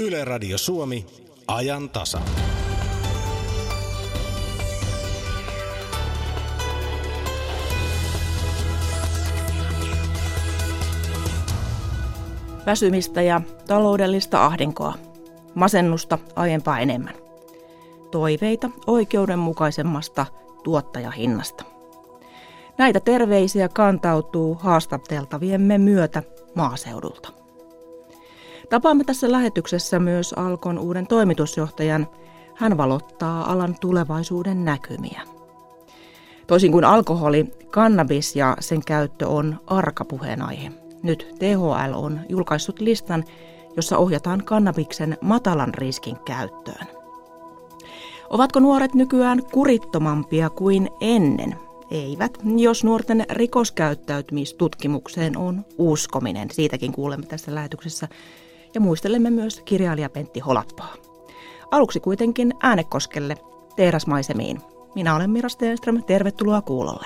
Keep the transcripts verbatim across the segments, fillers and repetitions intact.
Yle Radio Suomi, ajan tasa. Väsymistä ja taloudellista ahdinkoa, masennusta aiempaa enemmän. Toiveita oikeudenmukaisemmasta tuottajahinnasta. Näitä terveisiä kantautuu haastateltaviemme myötä maaseudulta. Tapaamme tässä lähetyksessä myös Alkon uuden toimitusjohtajan. Hän valottaa alan tulevaisuuden näkymiä. Toisin kuin alkoholi, kannabis ja sen käyttö on arka puheenaihe. Nyt T H L on julkaissut listan, jossa ohjataan kannabiksen matalan riskin käyttöön. Ovatko nuoret nykyään kurittomampia kuin ennen? Eivät, jos nuorten rikoskäyttäytymistutkimukseen on uskominen. Siitäkin kuulemme tässä lähetyksessä ja muistelemme myös kirjailija Pentti Holappaa. Aluksi kuitenkin Äänekoskelle tehdasmaisemiin. Minä olen Mira Stenström, tervetuloa kuulolle.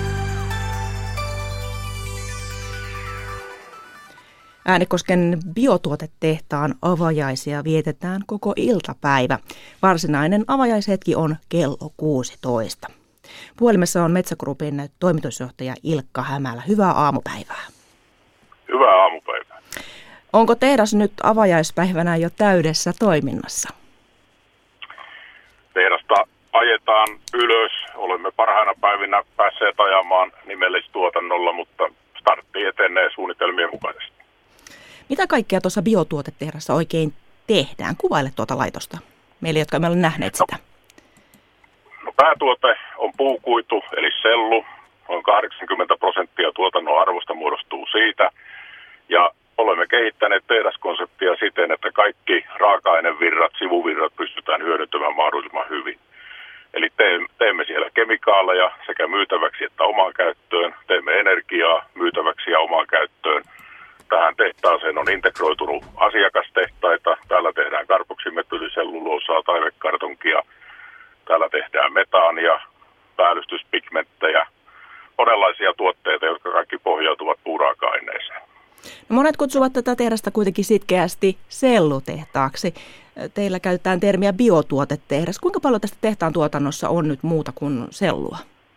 Äänekosken biotuotetehtaan avajaisia vietetään koko iltapäivä. Varsinainen avajaishetki on kello kuusitoista. Puhelimessa on Metsä Groupin toimitusjohtaja Ilkka Hämälä. Hyvää aamupäivää. Hyvää aamupäivää. Onko tehdas nyt avajaispäivänä jo täydessä toiminnassa? Tehdasta ajetaan ylös. Olemme parhaina päivinä päässeet ajamaan nimellistuotannolla, mutta startti etenee suunnitelmien mukaisesti. Mitä kaikkea tuossa biotuotetehdassa oikein tehdään? Kuvaile tuota laitosta meille, jotka emme ole nähneet sitä. No, no päätuote on puukuitu, eli sellu. Noin kahdeksankymmentä prosenttia tuotannon arvosta muodostuu siitä. Ja olemme kehittäneet tehdaskonseptia siten, että kaikki raaka-ainevirrat, sivuvirrat pystytään hyödyntämään mahdollisimman hyvin. Eli teemme siellä kemikaaleja sekä myytäväksi että omaan käyttöön. Teemme energiaa myytäväksi ja omaan käyttöön. Tähän tehtaaseen on integroitunut asiakastehtaita. Täällä tehdään karboksimetylseluloosaa, taivekartonkia. Täällä tehdään metaania, päällystyspigmenttejä. Monenlaisia tuotteita, jotka kaikki pohjautuvat puuraaka-aineeseen. No monet kutsuvat tätä tehdasta kuitenkin sitkeästi sellutehtaaksi. Teillä käytetään termiä biotuotetehdas. Kuinka paljon tästä tehtaan tuotannossa on nyt muuta kuin sellua?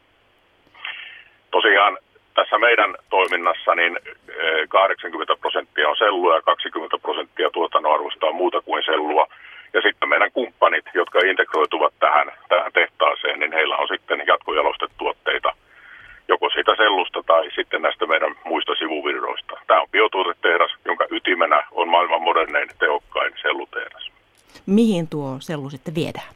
Tosiaan tässä meidän toiminnassa niin kahdeksankymmentä prosenttia on sellua ja kaksikymmentä prosenttia tuotannon arvosta on muuta kuin sellua. Ja sitten meidän kumppanit, jotka integroituvat tähän, tähän tehtaaseen, niin heillä on sitten jatkojalostetuotteita joko siitä sellusta tai sitten näistä meidän muista sivuvirroista. Tämä on biotuotetehdas, jonka ytimenä on maailman modernein tehokkain sellutehdas. Mihin tuo sellu sitten viedään?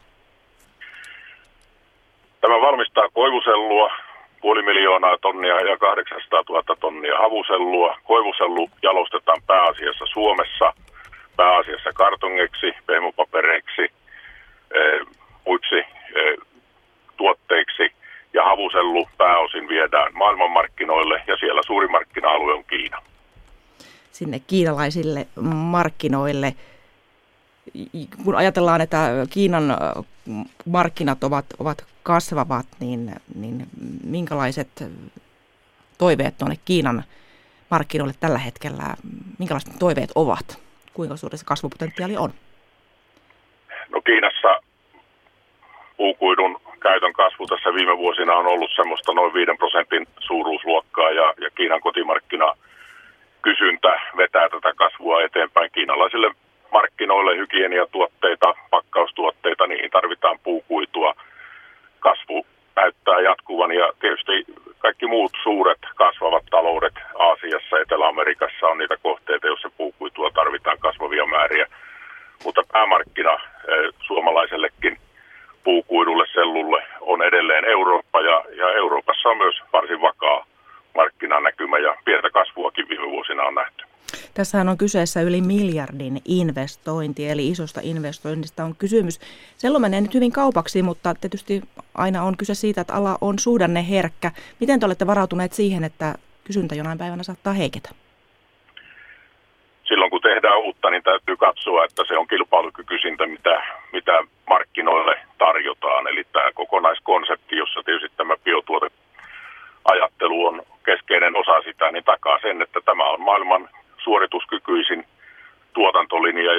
Tämä valmistaa koivusellua. Puoli miljoonaa tonnia ja kahdeksansataatuhatta tonnia havusellua. Koivusellu jalostetaan pääasiassa Suomessa, pääasiassa kartongeiksi, pehmopapereiksi, e, muiksi e, tuotteiksi. Ja havusellu pääosin viedään maailmanmarkkinoille ja siellä suuri markkina-alue on Kiina. Sinne kiinalaisille markkinoille. Kun ajatellaan, että Kiinan markkinat ovat, ovat kasvavat, niin, niin minkälaiset toiveet tuonne Kiinan markkinoille tällä hetkellä, minkälaiset toiveet ovat? Kuinka suuri se kasvupotentiaali on? No Kiinassa puukuidun käytön kasvu tässä viime vuosina on ollut semmoista noin viiden prosentin suuruusluokkaa ja, ja Kiinan kotimarkkina kysyntä vetää tätä kasvua eteenpäin kiinalaisille markkinoille, hygieniatuotteita, pakkaustuotteita, niihin tarvitaan puukuitua. Kasvu näyttää jatkuvan ja tietysti kaikki muut suuret kasvavat taloudet Aasiassa, Etelä-Amerikassa on niitä kohteita, joissa puukuitua tarvitaan kasvavia määriä. Mutta päämarkkina suomalaisellekin puukuidulle, sellulle on edelleen Eurooppa ja, ja Euroopassa on myös varsin vakaa markkinanäkymä ja pientä kasvuakin viime vuosina on nähty. Tässähän on kyseessä yli miljardin investointi, eli isosta investoinnista on kysymys. Sellu menee nyt hyvin kaupaksi, mutta tietysti aina on kyse siitä, että ala on suhdanneherkkä. Miten te olette varautuneet siihen, että kysyntä jonain päivänä saattaa heiketä? Silloin kun tehdään uutta, niin täytyy katsoa, että se on kilpailukykyisintä, mitä, mitä markkinoille tarjotaan. Eli tämä kokonaiskonsepti, jossa tietysti tämä biotuoteajattelu on keskeinen osa sitä, niin takaa sen, että tämä on maailman suorituskykyisin tuotantolinja ja sitten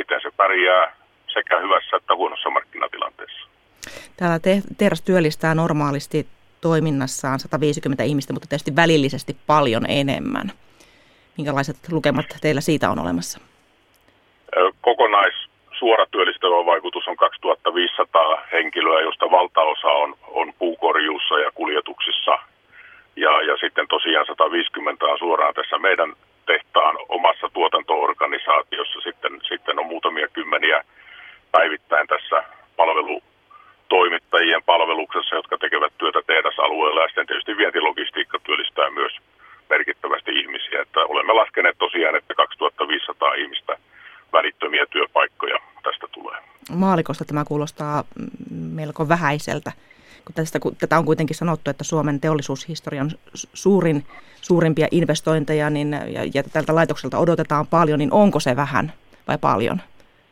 miten se pärjää sekä hyvässä että huonossa markkinatilanteessa. Täällä tehdas työllistää normaalisti toiminnassaan sata viisikymmentä ihmistä, mutta tietysti välillisesti paljon enemmän. Minkälaiset lukemat teillä siitä on olemassa? Kokonaissuora työllistävä vaikutus on kaksituhattaviisisataa henkilöä, josta valtaosa on, on puukorjuussa ja kuljetuksissa. Ja, ja sitten tosiaan sata viisikymmentä on suoraan tässä meidän tehtaan omassa tuotanto-organisaatiossa. Sitten, sitten on muutamia kymmeniä päivittäin tässä palvelutoimittajien palveluksessa, jotka tekevät työtä tehdasalueella. Ja sitten tietysti vientilogistiikka työllistää myös merkittävästi ihmisiä. Että olemme laskeneet tosiaan, että kaksituhattaviisisataa ihmistä välittömiä työpaikkoja tästä tulee. Maalikosta tämä kuulostaa melko vähäiseltä. Kun tästä, kun tätä on kuitenkin sanottu, että Suomen teollisuushistorian suurin, suurimpia investointeja niin, ja, ja tältä laitokselta odotetaan paljon, niin onko se vähän vai paljon?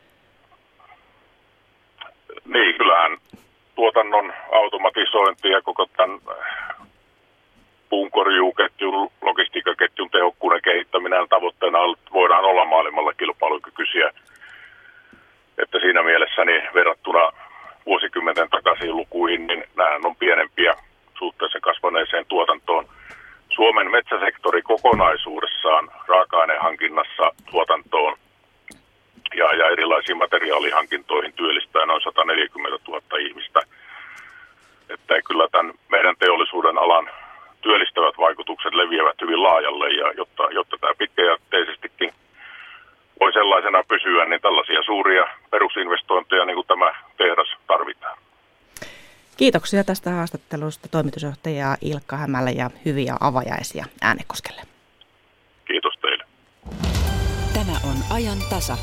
Niin, kyllähän tuotannon automatisointi ja koko tämän puunkorjuuketjun, logistiikkaketjun tehokkuuden kehittäminen tavoitteena voidaan olla maailmalla kilpailukykyisiä. Että siinä mielessä niin verrattuna vuosikymmenten takaisiin lukuihin, niin nämä on pienempiä suhteessa kasvaneeseen tuotantoon. Suomen metsäsektori kokonaisuudessaan raaka-ainehankinnassa tuotantoon ja, ja erilaisiin materiaalihankintoihin työllistää noin sata neljäkymmentätuhatta ihmistä. Että kyllä tämän meidän teollisuuden alan työllistävät vaikutukset leviävät hyvin laajalle, ja jotta, jotta tämä pitkäjänteisestikin voi sellaisena pysyä, niin tällaisia suuria perusinvestointeja niin kuin tämä tehdas tarvitaan. Kiitoksia tästä haastattelusta toimitusjohtaja Ilkka Hämälä ja hyviä avajaisia Äänekoskelle. Kiitos teille. Tämä on ajan tasa.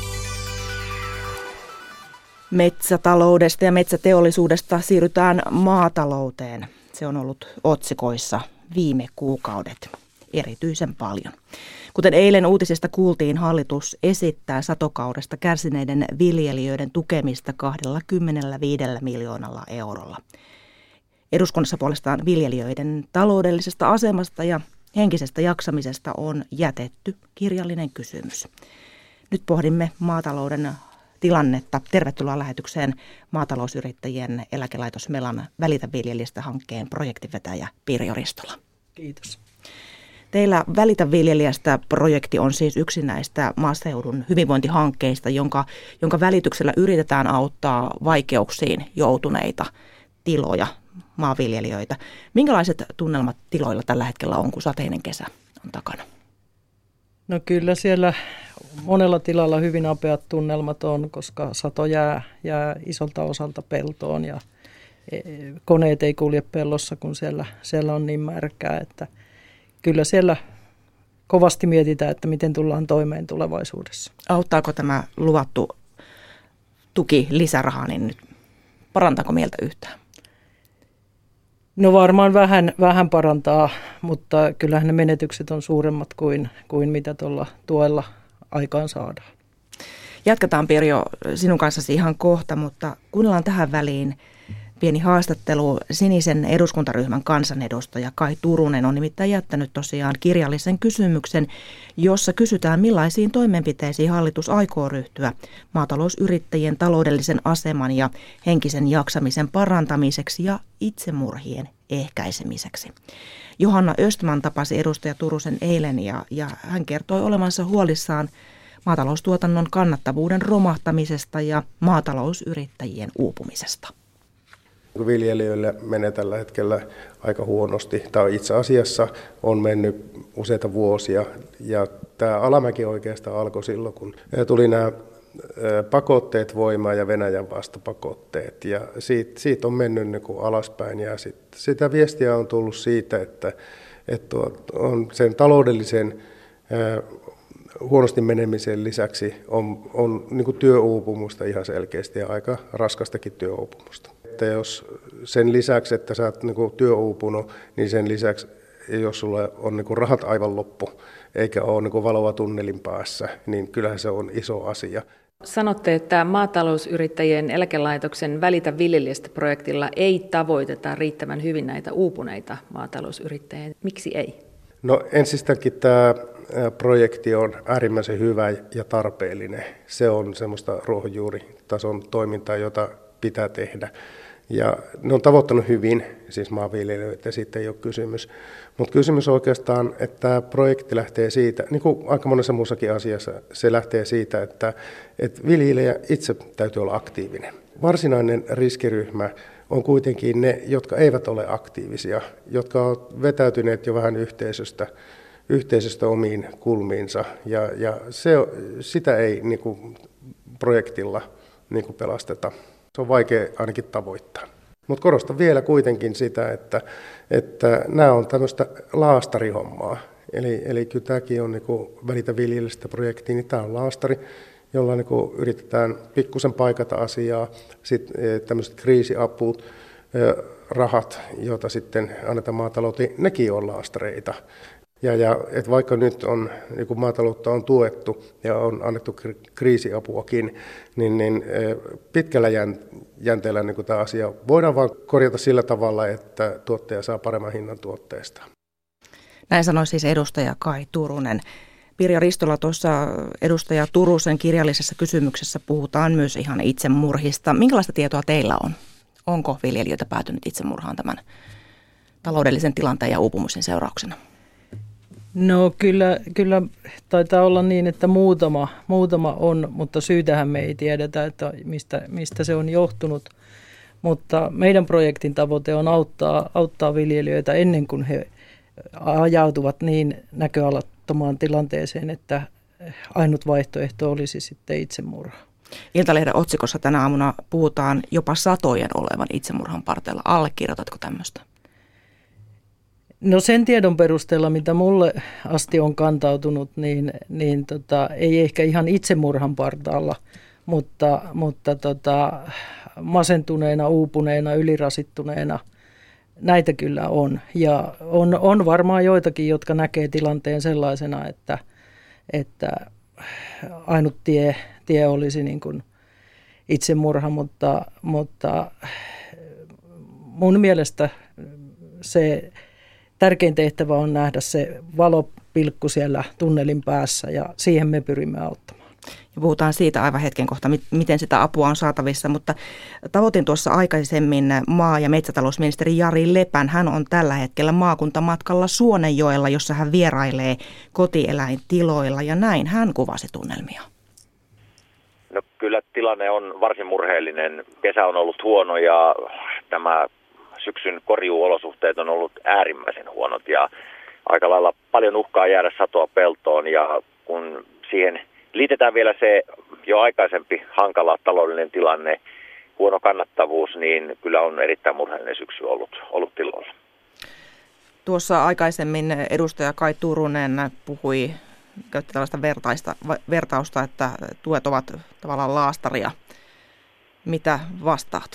Metsätaloudesta ja metsäteollisuudesta siirrytään maatalouteen. Se on ollut otsikoissa viime kuukaudet erityisen paljon. Kuten eilen uutisista kuultiin, hallitus esittää satokaudesta kärsineiden viljelijöiden tukemista kaksikymmentäviisi miljoonalla eurolla. Eduskunnassa puolestaan viljelijöiden taloudellisesta asemasta ja henkisestä jaksamisesta on jätetty kirjallinen kysymys. Nyt pohdimme maatalouden tilannetta. Tervetuloa lähetykseen maatalousyrittäjien eläkelaitos Melan Välitä viljelijästä -hankkeen projektinvetäjä Pirjo Ristola. Kiitos. Teillä Välitä viljelijästä -projekti on siis yksi näistä maaseudun hyvinvointihankkeista, jonka, jonka välityksellä yritetään auttaa vaikeuksiin joutuneita tiloja, maanviljelijöitä. Minkälaiset tunnelmat tiloilla tällä hetkellä on, kun sateinen kesä on takana? No kyllä siellä monella tilalla hyvin apeat tunnelmat on, koska sato jää, jää isolta osalta peltoon ja koneet ei kulje pellossa, kun siellä, siellä on niin märkää, että kyllä siellä kovasti mietitään, että miten tullaan toimeen tulevaisuudessa. Auttaako tämä luvattu tuki lisärahaa, niin nyt parantaako mieltä yhtään? No varmaan vähän, vähän parantaa, mutta kyllähän ne menetykset on suuremmat kuin, kuin mitä tuolla tuella aikaan saadaan. Jatketaan, Pirjo, sinun kanssasi ihan kohta, mutta kuunnellaan tähän väliin pieni haastattelu. Sinisen eduskuntaryhmän kansanedustaja Kai Turunen on nimittäin jättänyt tosiaan kirjallisen kysymyksen, jossa kysytään, millaisiin toimenpiteisiin hallitus aikoo ryhtyä maatalousyrittäjien taloudellisen aseman ja henkisen jaksamisen parantamiseksi ja itsemurhien ehkäisemiseksi. Johanna Östman tapasi edustaja Turusen eilen ja, ja hän kertoi olevansa huolissaan maataloustuotannon kannattavuuden romahtamisesta ja maatalousyrittäjien uupumisesta. Viljelijöille menee tällä hetkellä aika huonosti, tai itse asiassa on mennyt useita vuosia, ja tämä alamäki oikeastaan alkoi silloin, kun tuli nämä pakotteet voimaan ja Venäjän vastapakotteet, ja siitä, siitä on mennyt niin kuin alaspäin, ja sit, sitä viestiä on tullut siitä, että, että on sen taloudellisen huonosti menemisen lisäksi on, on niin kuin työuupumusta ihan selkeästi ja aika raskastakin työuupumusta. Että jos sen lisäksi, että sä oot niin kuin työuupunut, niin sen lisäksi, jos sulla on niin kuin rahat aivan loppu, eikä ole niin kuin valoa tunnelin päässä, niin kyllähän se on iso asia. Sanotte, että maatalousyrittäjien eläkelaitoksen Välitä viljelijästä -projektilla ei tavoiteta riittävän hyvin näitä uupuneita maatalousyrittäjiä. Miksi ei? No ensistäänkin tämä projekti on äärimmäisen hyvä ja tarpeellinen. Se on semmoista ruohonjuuritason toimintaa, jota pitää tehdä. Ja ne on tavoittanut hyvin, siis maanviljelijöitä, siitä ei ole kysymys. Mutta kysymys oikeastaan, että tämä projekti lähtee siitä, niin kuin aika monessa muussakin asiassa, se lähtee siitä, että, että viljelijä itse täytyy olla aktiivinen. Varsinainen riskiryhmä on kuitenkin ne, jotka eivät ole aktiivisia, jotka ovat vetäytyneet jo vähän yhteisöstä, yhteisöstä omiin kulmiinsa, ja, ja se, sitä ei niin kuin projektilla niin kuin pelasteta. Se on vaikea ainakin tavoittaa. Mutta korostan vielä kuitenkin sitä, että, että nämä on tämmöistä laastarihommaa. Eli, eli kyllä tämäkin on niin Välitä viljelijästä -projekti, niin tämä on laastari, jolla niin yritetään pikkusen paikata asiaa. Sitten tämmöiset kriisiaput, rahat, joita sitten annetaan maatalouteen, nekin on laastareita. Ja, ja et vaikka nyt on, niin kun maataloutta on tuettu ja on annettu kriisiapuakin, niin, niin pitkällä jänteellä niin tämä asia voidaan vain korjata sillä tavalla, että tuottaja saa paremman hinnan tuotteesta. Näin sanoi siis edustaja Kai Turunen. Pirjo Ristola, tuossa edustaja Turusen kirjallisessa kysymyksessä puhutaan myös ihan itsemurhista. Minkälaista tietoa teillä on? Onko viljelijöitä päätynyt itsemurhaan tämän taloudellisen tilanteen ja uupumisen seurauksena? No kyllä, kyllä taitaa olla niin, että muutama, muutama on, mutta syytähän me ei tiedetä, että mistä, mistä se on johtunut. Mutta meidän projektin tavoite on auttaa, auttaa viljelijöitä ennen kuin he ajautuvat niin näköalattomaan tilanteeseen, että ainut vaihtoehto olisi sitten itsemurha. Iltalehden otsikossa tänä aamuna puhutaan jopa satojen olevan itsemurhan parteella. Allekirjoitatko tämmöistä? No sen tiedon perusteella, mitä mulle asti on kantautunut, niin, niin tota, ei ehkä ihan itsemurhan partaalla, mutta, mutta tota, masentuneena, uupuneena, ylirasittuneena näitä kyllä on. Ja on, on varmaan joitakin, jotka näkee tilanteen sellaisena, että, että ainut tie, tie olisi niin kuin itsemurha, mutta, mutta mun mielestä se tärkein tehtävä on nähdä se valopilkku siellä tunnelin päässä, ja siihen me pyrimme auttamaan. Ja puhutaan siitä aivan hetken kohta, miten sitä apua on saatavissa, mutta tavoitin tuossa aikaisemmin maa- ja metsätalousministeri Jari Lepän. Hän on tällä hetkellä maakuntamatkalla Suonenjoella, jossa hän vierailee kotieläintiloilla, ja näin hän kuvasi tunnelmia. No kyllä tilanne on varsin murheellinen. Kesä on ollut huono ja tämä syksyn korjuuolosuhteet on ollut äärimmäisen huonot ja aika lailla paljon uhkaa jäädä satoa peltoon, ja kun siihen liitetään vielä se jo aikaisempi hankala taloudellinen tilanne, huono kannattavuus, niin kyllä on erittäin murheellinen syksy ollut, ollut tiloilla. Tuossa aikaisemmin edustaja Kai Turunen puhui, käytti tällaista vertaista, vertausta, että tuet ovat tavallaan laastaria. Mitä vastaat?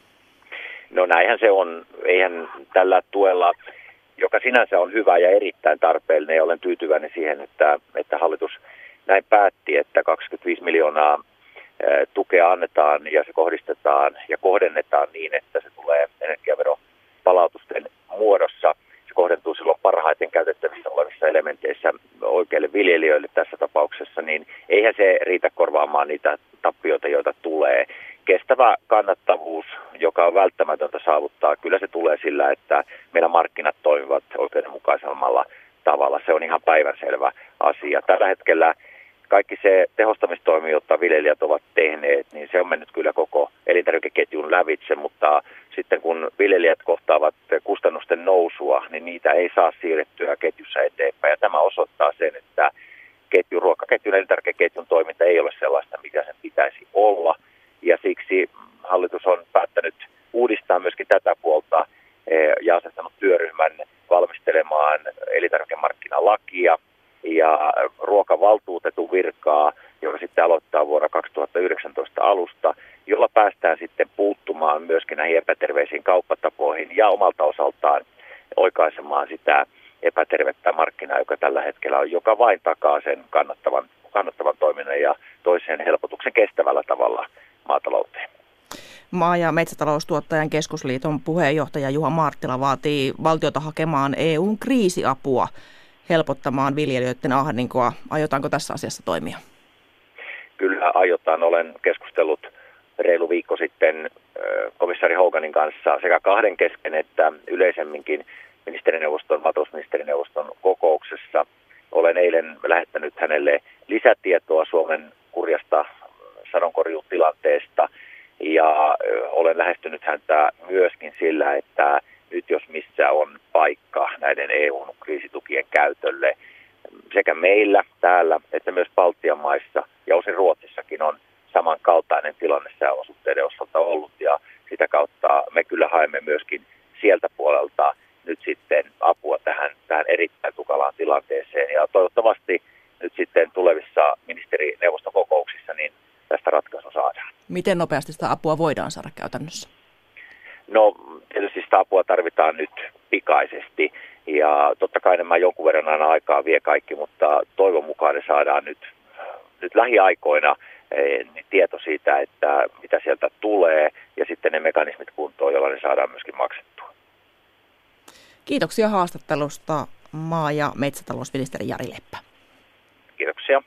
No näinhän se on. Eihän tällä tuella, joka sinänsä on hyvä ja erittäin tarpeellinen, ja olen tyytyväinen siihen, että, että hallitus näin päätti, että kaksikymmentäviisi miljoonaa tukea annetaan ja se kohdistetaan ja kohdennetaan niin, että se tulee energiaveropalautusten muodossa. Se kohdentuu silloin parhaiten käytettävissä olevissa elementeissä oikeille viljelijöille tässä tapauksessa, niin eihän se riitä korvaamaan niitä tappioita, joita tulee. Kestävä kannattavuus, joka on välttämätöntä saavuttaa, kyllä se tulee sillä, että meidän markkinat toimivat oikeudenmukaisemmalla tavalla. Se on ihan päivänselvä asia. Tällä hetkellä kaikki se tehostamistoimi, jota viljelijät ovat tehneet, niin se on mennyt kyllä koko elintarvikeketjun lävitse, mutta sitten kun viljelijät kohtaavat kustannusten nousua, niin niitä ei saa siirrettyä ketjussa eteenpäin. Ja tämä osoittaa sen, että ketju, ruokaketjun, elintarvikeketjun toiminta ei ole sellaista, mitä sen pitäisi olla. Ja siksi hallitus on päättänyt uudistaa myöskin tätä puolta ja asettanut työryhmän valmistelemaan elintarvikemarkkinalakia ja ruokavaltuutetun virkaa, joka sitten aloittaa vuonna kaksituhattayhdeksäntoista alusta, jolla päästään sitten puuttumaan myöskin näihin epäterveisiin kauppatapoihin ja omalta osaltaan oikaisemaan sitä epätervettä markkinaa, joka tällä hetkellä on, joka vain takaa sen kannattavan, kannattavan toiminnan ja toisen helpotuksen kestävällä tavalla maatalouteen. Maa- ja metsätaloustuottajan keskusliiton puheenjohtaja Juha Marttila vaatii valtiota hakemaan E U:n kriisiapua helpottamaan viljelijöiden ahdinkoa. Aiotaanko tässä asiassa toimia? Kyllä aiotaan. Olen keskustellut reilu viikko sitten komissaari Hoganin kanssa sekä kahden kesken että yleisemminkin ministerineuvoston, maatalousministerineuvoston kokouksessa. Olen eilen lähettänyt hänelle lisätietoa Suomen kurjasta sadonkorjuutilanteesta ja olen lähestynyt häntä myöskin sillä, että nyt jos missä on paikka näiden E U-kriisitukien käytölle, sekä meillä täällä että myös Baltian maissa ja osin Ruotsissakin on samankaltainen tilanne sääolosuhteiden osalta ollut ja sitä kautta me kyllä haemme myöskin sieltä puolelta nyt sitten apua tähän, tähän erittäin tukalaan tilanteeseen ja toivottavasti nyt sitten tulevissa ministerineuvoston kokouksissa niin tästä ratkaisu saadaan. Miten nopeasti sitä apua voidaan saada käytännössä? No tietysti sitä apua tarvitaan nyt pikaisesti ja totta kai nämä jonkun verran aina aikaa vie kaikki, mutta toivon mukaan ne saadaan nyt, nyt lähiaikoina niin tieto siitä, että mitä sieltä tulee ja sitten ne mekanismit kuntoon, joilla ne saadaan myöskin maksettua. Kiitoksia haastattelusta maa- ja metsätalousministeri Jari Leppä. Kiitoksia.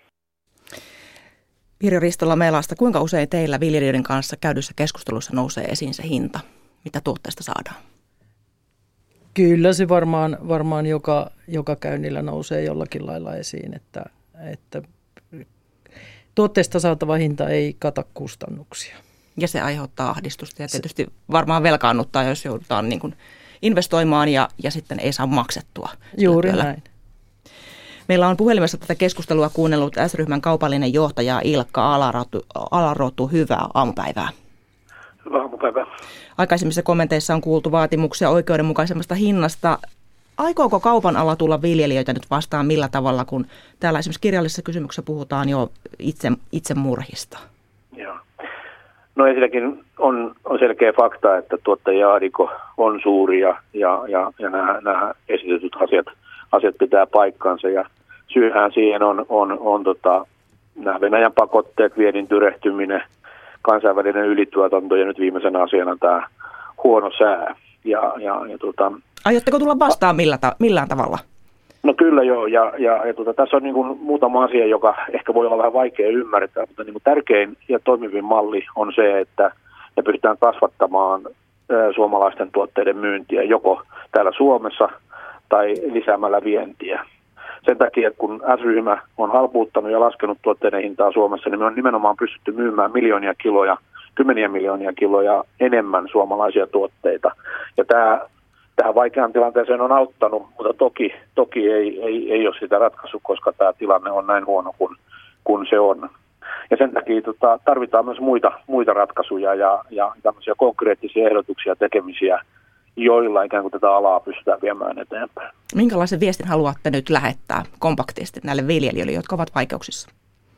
Pirjo Ristola-Meelasta, kuinka usein teillä viljelijöiden kanssa käydyssä keskustelussa nousee esiin se hinta, mitä tuotteesta saadaan? Kyllä se varmaan, varmaan joka, joka käynnillä nousee jollakin lailla esiin, että, että tuotteesta saatava hinta ei kata kustannuksia. Ja se aiheuttaa ahdistusta ja tietysti varmaan velkaannuttaa, jos joudutaan niin kuin investoimaan ja, ja sitten ei saa maksettua. Juuri näin. Meillä on puhelimessa tätä keskustelua kuunnellut S-ryhmän kaupallinen johtaja Ilkka Alarotu. Alarotu, hyvää aamupäivää. Hyvää aamupäivää. Aikaisemmissa kommenteissa on kuultu vaatimuksia oikeudenmukaisemmasta hinnasta. Aikooko kaupan ala tulla viljelijöitä nyt vastaan millä tavalla, kun täällä esimerkiksi kirjallisessa kysymyksessä puhutaan jo itse, itsemurhista? Joo. No ensinnäkin on, on selkeä fakta, että tuottajien ahdinko on suuri ja, ja, ja, ja nämä, nämä esitetyt asiat, asiat pitää paikkansa. Ja syyhän siihen on, on, on tota, nämä Venäjän pakotteet, viennin tyrehtyminen, kansainvälinen ylituotanto ja nyt viimeisenä asiana tämä huono sää. Ja, ja, ja, tota, Aiotteko tulla vastaan millä ta- millään tavalla? No kyllä joo, ja, ja, ja tota, tässä on niin kuin muutama asia, joka ehkä voi olla vähän vaikea ymmärtää, mutta niin kuin tärkein ja toimivin malli on se, että me pystytään kasvattamaan ä, suomalaisten tuotteiden myyntiä joko täällä Suomessa tai lisäämällä vientiä. Sen takia, että kun S-ryhmä on halpuuttanut ja laskenut tuotteiden hintaa Suomessa, niin me on nimenomaan pystytty myymään miljoonia kiloja, kymmeniä miljoonia kiloja enemmän suomalaisia tuotteita. Ja tämä Tähän vaikeaan tilanteeseen on auttanut, mutta toki, toki ei, ei, ei ole sitä ratkaisu, koska tämä tilanne on näin huono kuin, kuin se on. Ja sen takia tota, tarvitaan myös muita, muita ratkaisuja ja, ja tämmöisiä konkreettisia ehdotuksia tekemisiä, joilla ikään kuin tätä alaa pystytään viemään eteenpäin. Minkälaisen viestin haluatte nyt lähettää kompaktisti näille viljelijöille, jotka ovat vaikeuksissa?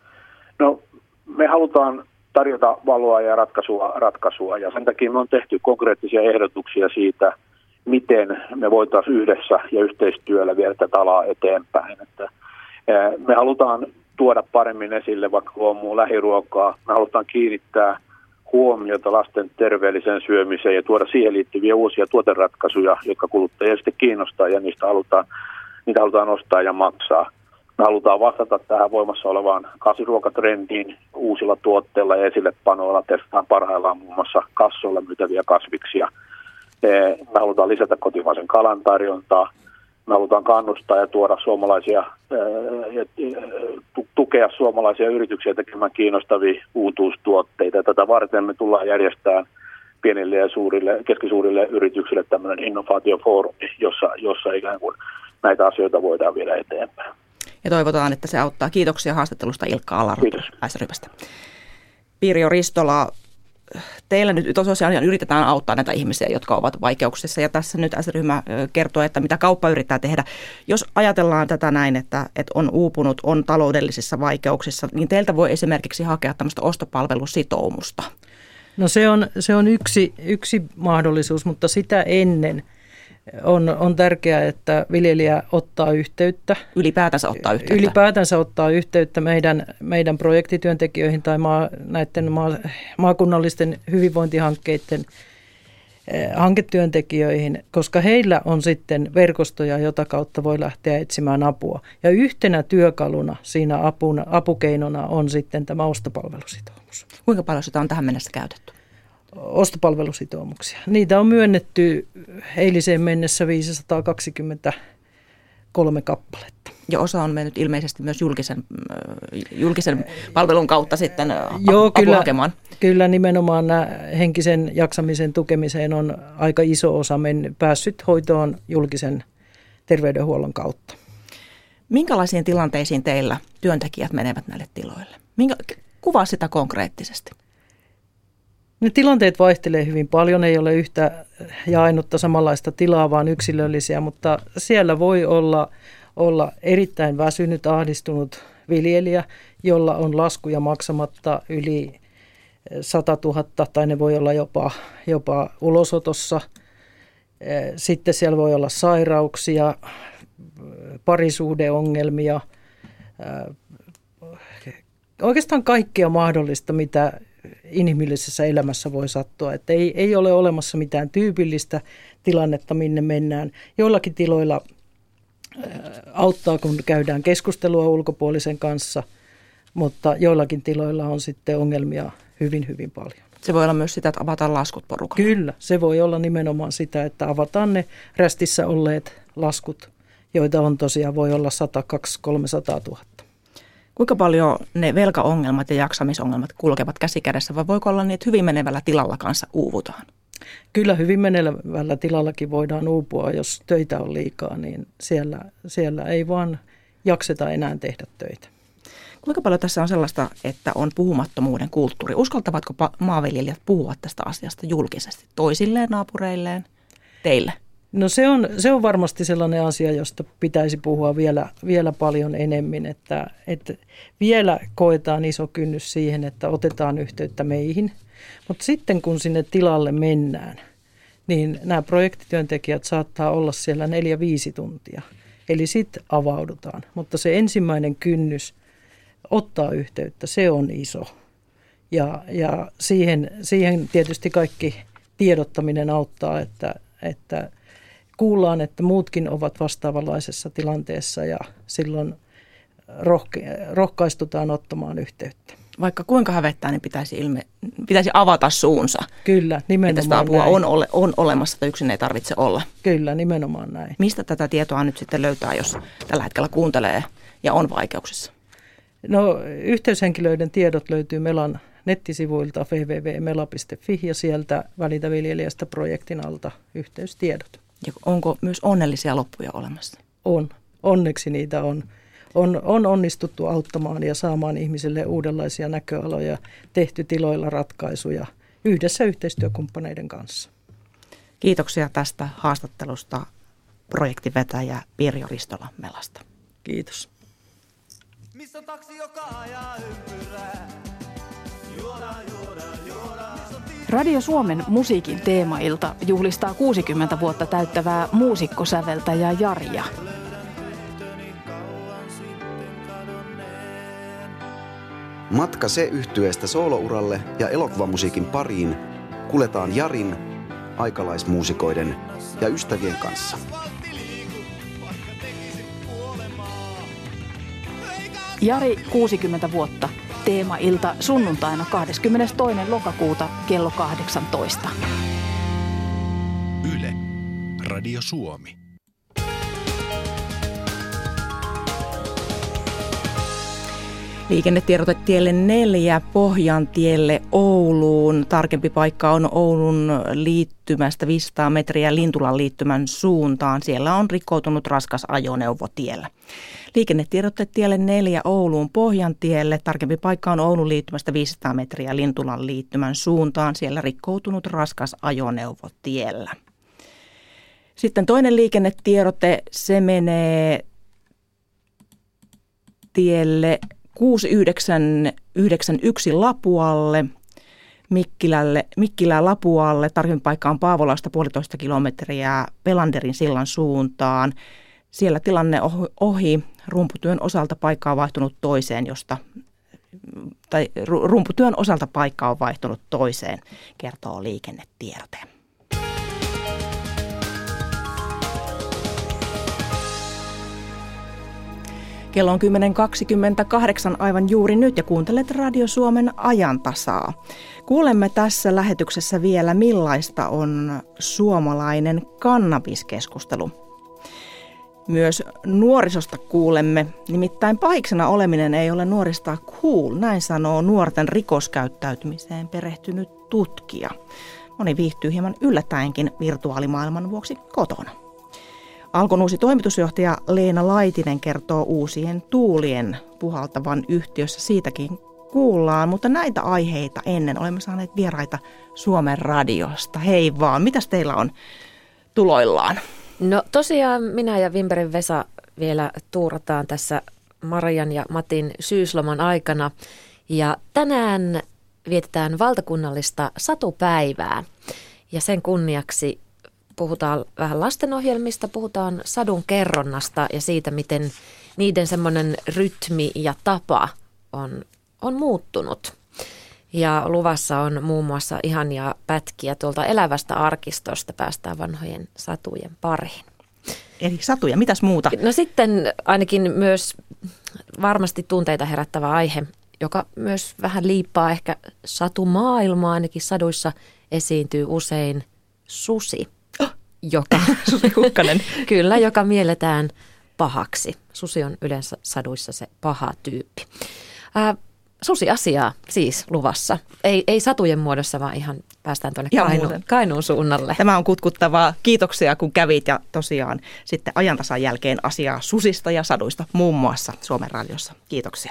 No, me halutaan tarjota valoa ja ratkaisua, ratkaisua ja sen takia me on tehty konkreettisia ehdotuksia siitä, miten me voitaisiin yhdessä ja yhteistyöllä viedä tätä alaa eteenpäin. Että me halutaan tuoda paremmin esille vaikka luomua lähiruokaa. Me halutaan kiinnittää huomiota lasten terveelliseen syömiseen ja tuoda siihen liittyviä uusia tuoteratkaisuja, jotka kuluttajia sitten kiinnostaa ja niistä halutaan, niitä halutaan ostaa ja maksaa. Me halutaan vastata tähän voimassa olevaan kasviruokatrendiin uusilla tuotteilla ja esillepanoilla. Testataan parhaillaan muun muassa kassoilla myytäviä kasviksia. Me halutaan lisätä kotimaisen kalan tarjontaa. Me halutaan kannustaa ja tuoda suomalaisia, tukea suomalaisia yrityksiä tekemään kiinnostavia uutuustuotteita. Tätä varten me tullaan järjestämään pienille ja suurille, keskisuurille yrityksille tämmöinen innovaatiofoorumi, jossa, jossa ikään kuin näitä asioita voidaan viedä eteenpäin. Ja toivotaan, että se auttaa. Kiitoksia haastattelusta Ilkka Alarotu S-ryhmästä. Pirjo Ristola, teillä nyt tosiaan yritetään auttaa näitä ihmisiä, jotka ovat vaikeuksissa, ja tässä nyt S-ryhmä kertoo, että mitä kauppa yrittää tehdä. Jos ajatellaan tätä näin, että, että on uupunut, on taloudellisissa vaikeuksissa, niin teiltä voi esimerkiksi hakea tämmöistä ostopalvelusitoumusta. No se on, se on yksi, yksi mahdollisuus, mutta sitä ennen on, on tärkeää, että viljelijä ottaa yhteyttä. Ylipäätänsä ottaa yhteyttä. Ylipäätänsä ottaa yhteyttä meidän, meidän projektityöntekijöihin tai maa, näiden maa, maakunnallisten hyvinvointihankkeiden hanketyöntekijöihin, koska heillä on sitten verkostoja, jota kautta voi lähteä etsimään apua. Ja yhtenä työkaluna siinä apuna, apukeinona on sitten tämä ostopalvelusitoumus. Kuinka paljon sitä on tähän mennessä käytetty? Ostopalvelusitoumuksia. Niitä on myönnetty eiliseen mennessä viisisataakaksikymmentäkolme kappaletta. Ja osa on mennyt ilmeisesti myös julkisen, julkisen palvelun kautta sitten Joo, apua kyllä, hakemaan. Kyllä nimenomaan henkisen jaksamisen tukemiseen on aika iso osa men, päässyt hoitoon julkisen terveydenhuollon kautta. Minkälaisiin tilanteisiin teillä työntekijät menevät näille tiloille? Minkä, kuvaa sitä konkreettisesti. Ne tilanteet vaihtelee hyvin paljon, ei ole yhtä ja ainutta samanlaista tilaa, vaan yksilöllisiä, mutta siellä voi olla, olla erittäin väsynyt, ahdistunut viljelijä, jolla on laskuja maksamatta yli sata tuhatta, tai ne voi olla jopa, jopa ulosotossa. Sitten siellä voi olla sairauksia, parisuhdeongelmia, oikeastaan kaikkea mahdollista, mitä inhimillisessä elämässä voi sattua. Että ei, ei ole olemassa mitään tyypillistä tilannetta, minne mennään. Joillakin tiloilla auttaa, kun käydään keskustelua ulkopuolisen kanssa, mutta joillakin tiloilla on sitten ongelmia hyvin, hyvin paljon. Se voi olla myös sitä, että avataan laskut porukalle. Kyllä, se voi olla nimenomaan sitä, että avataan ne rästissä olleet laskut, joita on tosiaan, voi olla sata, kaksisataa, kolmesataa tuhatta. Kuinka paljon ne velkaongelmat ja jaksamisongelmat kulkevat käsikädessä, vai voiko olla niin, että hyvin menevällä tilalla kanssa uuvutaan? Kyllä hyvin menevällä tilallakin voidaan uupua, jos töitä on liikaa, niin siellä, siellä ei vaan jakseta enää tehdä töitä. Kuinka paljon tässä on sellaista, että on puhumattomuuden kulttuuri? Uskaltavatko maanviljelijät puhua tästä asiasta julkisesti toisilleen, naapureilleen, teille? No se on, se on varmasti sellainen asia, josta pitäisi puhua vielä, vielä paljon enemmän, että, että vielä koetaan iso kynnys siihen, että otetaan yhteyttä meihin, mutta sitten kun sinne tilalle mennään, niin nämä projektityöntekijät saattaa olla siellä neljä viisi tuntia, eli sitten avaudutaan, mutta se ensimmäinen kynnys ottaa yhteyttä, se on iso ja, ja siihen, siihen tietysti kaikki tiedottaminen auttaa, että, että kuullaan, että muutkin ovat vastaavanlaisessa tilanteessa ja silloin rohke- rohkaistutaan ottamaan yhteyttä. Vaikka kuinka hävettää, niin pitäisi, ilme- pitäisi avata suunsa. Kyllä, nimenomaan että sitä apua on, ole- on olemassa, että yksin ei tarvitse olla. Kyllä, nimenomaan näin. Mistä tätä tietoa nyt sitten löytää, jos tällä hetkellä kuuntelee ja on vaikeuksissa? No, yhteyshenkilöiden tiedot löytyy Melan nettisivuilta double-u double-u double-u piste mela piste fi ja sieltä Välitä viljelijästä projektin alta yhteystiedot. Ja onko myös onnellisia loppuja olemassa? On. Onneksi niitä on. On, on onnistuttu auttamaan ja saamaan ihmisille uudenlaisia näköaloja, tehty tiloilla ratkaisuja yhdessä yhteistyökumppaneiden kanssa. Kiitoksia tästä haastattelusta projektivetäjä Pirjo Ristola Melasta. Kiitos. Missä on taksi, joka ajaa ympyrää? Juoda, juoda, juoda. Radio Suomen musiikin teemailta juhlistaa kuusikymmentä vuotta täyttävää muusikkosäveltäjä Jaria. Matka Se-yhtyeestä soolouralle ja elokuvamusiikin pariin kuljetaan Jarin, aikalaismuusikoiden ja ystävien kanssa. Jari kuusikymmentä vuotta. Teemailta sunnuntaina kahdeskymmenestoinen lokakuuta kello kahdeksantoista. Yle, Radio Suomi. Liikennetiedote tielle neljä Pohjantielle Ouluun. Tarkempi paikka on Oulun liittymästä viisisataa metriä Lintulan liittymän suuntaan. Siellä on rikkoutunut raskas ajoneuvo tiellä. Liikennetiedote tielle neljä Ouluun Pohjantielle. Tarkempi paikka on Oulun liittymästä viisisataa metriä Lintulan liittymän suuntaan. Siellä rikkoutunut raskas ajoneuvo tiellä. Sitten toinen liikennetiedote, se menee tielle kuusi yhdeksän yhdeksän yksi Lapualle, Mikkilälle, Mikkilää Lapualle. Tarkempi paikka on Paavolasta puolitoista kilometriä Pelanderin sillan suuntaan. Siellä tilanne ohi. Rumputyön osalta paikka on vaihtunut toiseen, josta, tai rumputyön osalta paikka on vaihtunut toiseen, kertoo liikennetiedote. Kello on kymmenen kaksikymmentäkahdeksan aivan juuri nyt ja kuuntelet Radio Suomen ajantasaa. Kuulemme tässä lähetyksessä vielä, millaista on suomalainen kannabiskeskustelu. Myös nuorisosta kuulemme, nimittäin pahiksena oleminen ei ole nuorista cool, näin sanoo nuorten rikoskäyttäytymiseen perehtynyt tutkija. Moni viihtyy hieman yllättäenkin virtuaalimaailman vuoksi kotona. Alkon uusi toimitusjohtaja Leena Laitinen kertoo uusien tuulien puhaltavan yhtiössä, siitäkin kuullaan, mutta näitä aiheita ennen olemme saaneet vieraita Suomen radiosta. Hei vaan, mitäs teillä on tuloillaan? No tosiaan minä ja Wimbergin Vesa vielä tuurataan tässä Marian ja Matin syysloman aikana ja tänään vietetään valtakunnallista satupäivää ja sen kunniaksi puhutaan vähän lastenohjelmista, puhutaan sadun kerronnasta ja siitä, miten niiden semmoinen rytmi ja tapa on, on muuttunut. Ja luvassa on muun muassa ihania pätkiä tuolta elävästä arkistosta, päästään vanhojen satujen pariin. Eli satuja, mitäs muuta? No sitten ainakin myös varmasti tunteita herättävä aihe, joka myös vähän liippaa ehkä satumaailmaa, ainakin saduissa esiintyy usein susi. Joka, Susi Kukkanen. Kyllä, joka mielletään pahaksi. Susi on yleensä saduissa se paha tyyppi. Ää, susi-asiaa siis luvassa. Ei, ei satujen muodossa, vaan ihan päästään tuonne Kainu, Kainuun suunnalle. Tämä on kutkuttavaa. Kiitoksia, kun kävit ja tosiaan sitten ajantasan jälkeen asiaa susista ja saduista muun muassa Suomen radiossa. Kiitoksia.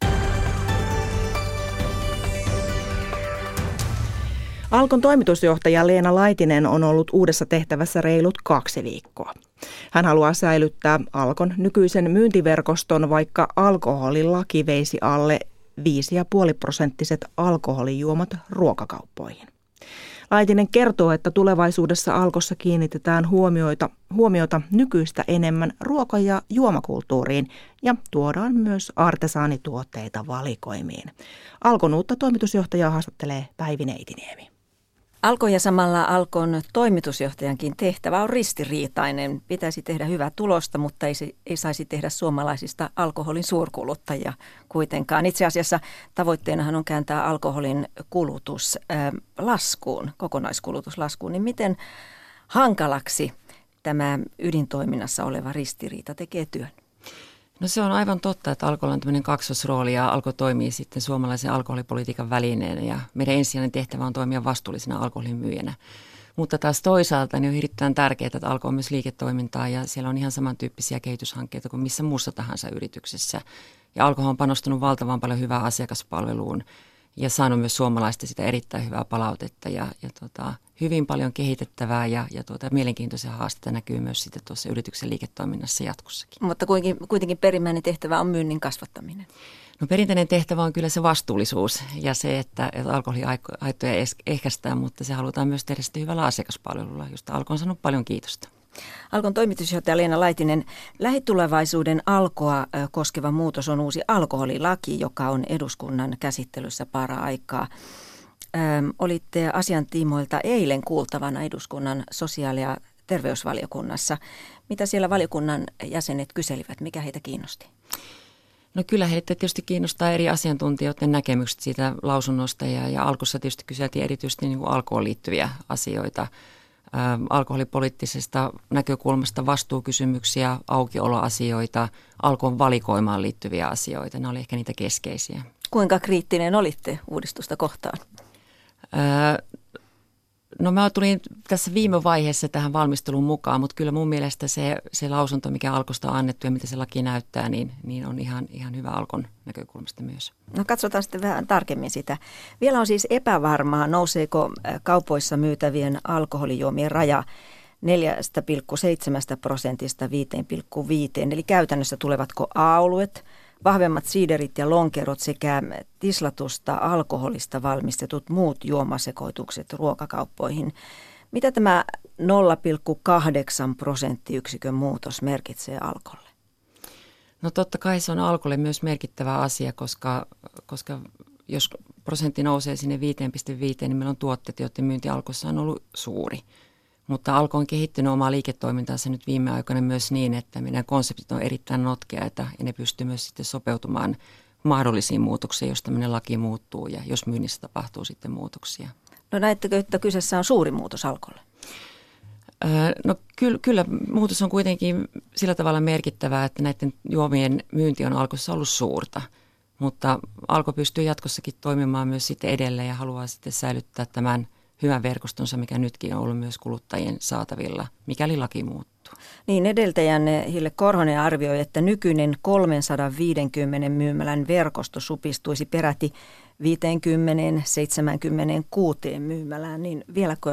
Alkon toimitusjohtaja Leena Laitinen on ollut uudessa tehtävässä reilut kaksi viikkoa. Hän haluaa säilyttää Alkon nykyisen myyntiverkoston, vaikka alkoholilaki veisi alle viisi pilkku viisi prosenttiset alkoholijuomat ruokakauppoihin. Laitinen kertoo, että tulevaisuudessa Alkossa kiinnitetään huomioita, huomiota nykyistä enemmän ruoka- ja juomakulttuuriin ja tuodaan myös artesaanituotteita valikoimiin. Alkon uutta toimitusjohtajaa haastattelee Päivi Neitiniemi. Alkon ja samalla Alkon toimitusjohtajankin tehtävä on ristiriitainen. Pitäisi tehdä hyvää tulosta, mutta ei, ei saisi tehdä suomalaisista alkoholin suurkuluttajia kuitenkaan. Itse asiassa tavoitteenahan on kääntää alkoholin kulutus äh, laskuun, kokonaiskulutus laskuun. Niin miten hankalaksi tämä ydintoiminnassa oleva ristiriita tekee työn? No se on aivan totta, että Alkolla on tämmöinen kaksosrooli ja Alko toimii sitten suomalaisen alkoholipolitiikan välineenä ja meidän ensisijainen tehtävä on toimia vastuullisena alkoholin myyjänä. Mutta taas toisaalta niin on hirveän tärkeää, että Alko on myös liiketoimintaa ja siellä on ihan samantyyppisiä kehityshankkeita kuin missä muussa tahansa yrityksessä. Ja Alko on panostanut valtavan paljon hyvää asiakaspalveluun ja saanut myös suomalaista sitä erittäin hyvää palautetta ja, ja tota, hyvin paljon kehitettävää ja, ja tuota, mielenkiintoisia haasteita näkyy myös sitten tuossa yrityksen liiketoiminnassa jatkossakin. Mutta kuitenkin, kuitenkin perimmäinen tehtävä on myynnin kasvattaminen. No perinteinen tehtävä on kyllä se vastuullisuus ja se, että, että alkoholihaittoja ehkäistään, mutta se halutaan myös tehdä sitten hyvällä asiakaspalvelulla, josta Alko on saanut paljon kiitosta. Alkon toimitusjohtaja Leena Laitinen, lähitulevaisuuden Alkoa koskeva muutos on uusi alkoholilaki, joka on eduskunnan käsittelyssä para-aikaa. Öm, olitte asian tiimoilta eilen kuultavana eduskunnan sosiaali- ja terveysvaliokunnassa. Mitä siellä valiokunnan jäsenet kyselivät? Mikä heitä kiinnosti? No kyllä heitä tietysti kiinnostaa eri asiantuntijoiden näkemykset siitä lausunnosta ja, ja Alkossa tietysti kyseltiin erityisesti niin kuin alkoholiin liittyviä asioita. Ä, alkoholipoliittisesta näkökulmasta vastuukysymyksiä, aukioloasioita, Alkon valikoimaan liittyviä asioita. Nämä oli ehkä niitä keskeisiä. Kuinka kriittinen olitte uudistusta kohtaan? Ä, No mä tulin tässä viime vaiheessa tähän valmisteluun mukaan, mutta kyllä mun mielestä se, se lausunto, mikä Alkosta on annettu ja mitä se laki näyttää, niin, niin on ihan, ihan hyvä Alkon näkökulmasta myös. No katsotaan sitten vähän tarkemmin sitä. Vielä on siis epävarmaa, nouseeko kaupoissa myytävien alkoholijuomien raja neljästä pilkku seitsemästä prosentista viiteen pilkku viiteen, eli käytännössä tulevatko A-oluet, vahvemmat siiderit ja lonkerot sekä tislatusta alkoholista valmistetut muut juomasekoitukset ruokakauppoihin. Mitä tämä nolla pilkku kahdeksan prosenttiyksikön muutos merkitsee Alkolle? No totta kai se on Alkolle myös merkittävä asia, koska, koska jos prosentti nousee sinne viiteen pilkku viiteen, niin meillä on tuotteet, joiden myynti Alkossa on ollut suuri. Mutta Alko on kehittynyt omaa liiketoimintaansa nyt viime aikoina myös niin, että meidän konseptit on erittäin notkeaita ja ne pystyy myös sitten sopeutumaan mahdollisiin muutoksiin, jos tämmöinen laki muuttuu ja jos myynnissä tapahtuu sitten muutoksia. No näettekö, että kyseessä on suuri muutos Alkolle? No kyllä, kyllä muutos on kuitenkin sillä tavalla merkittävää, että näiden juomien myynti on Alkossa ollut suurta, mutta Alko pystyy jatkossakin toimimaan myös sitten edelleen ja haluaa sitten säilyttää tämän hyvän verkostonsa, mikä nytkin on ollut myös kuluttajien saatavilla, mikäli laki muuttuu. Niin, edeltäjänne Hille Korhonen arvioi, että nykyinen kolmesataaviisikymmentä myymälän verkosto supistuisi peräti viisikymmentä seitsemänkymmentäkuusi myymälään, niin vieläkö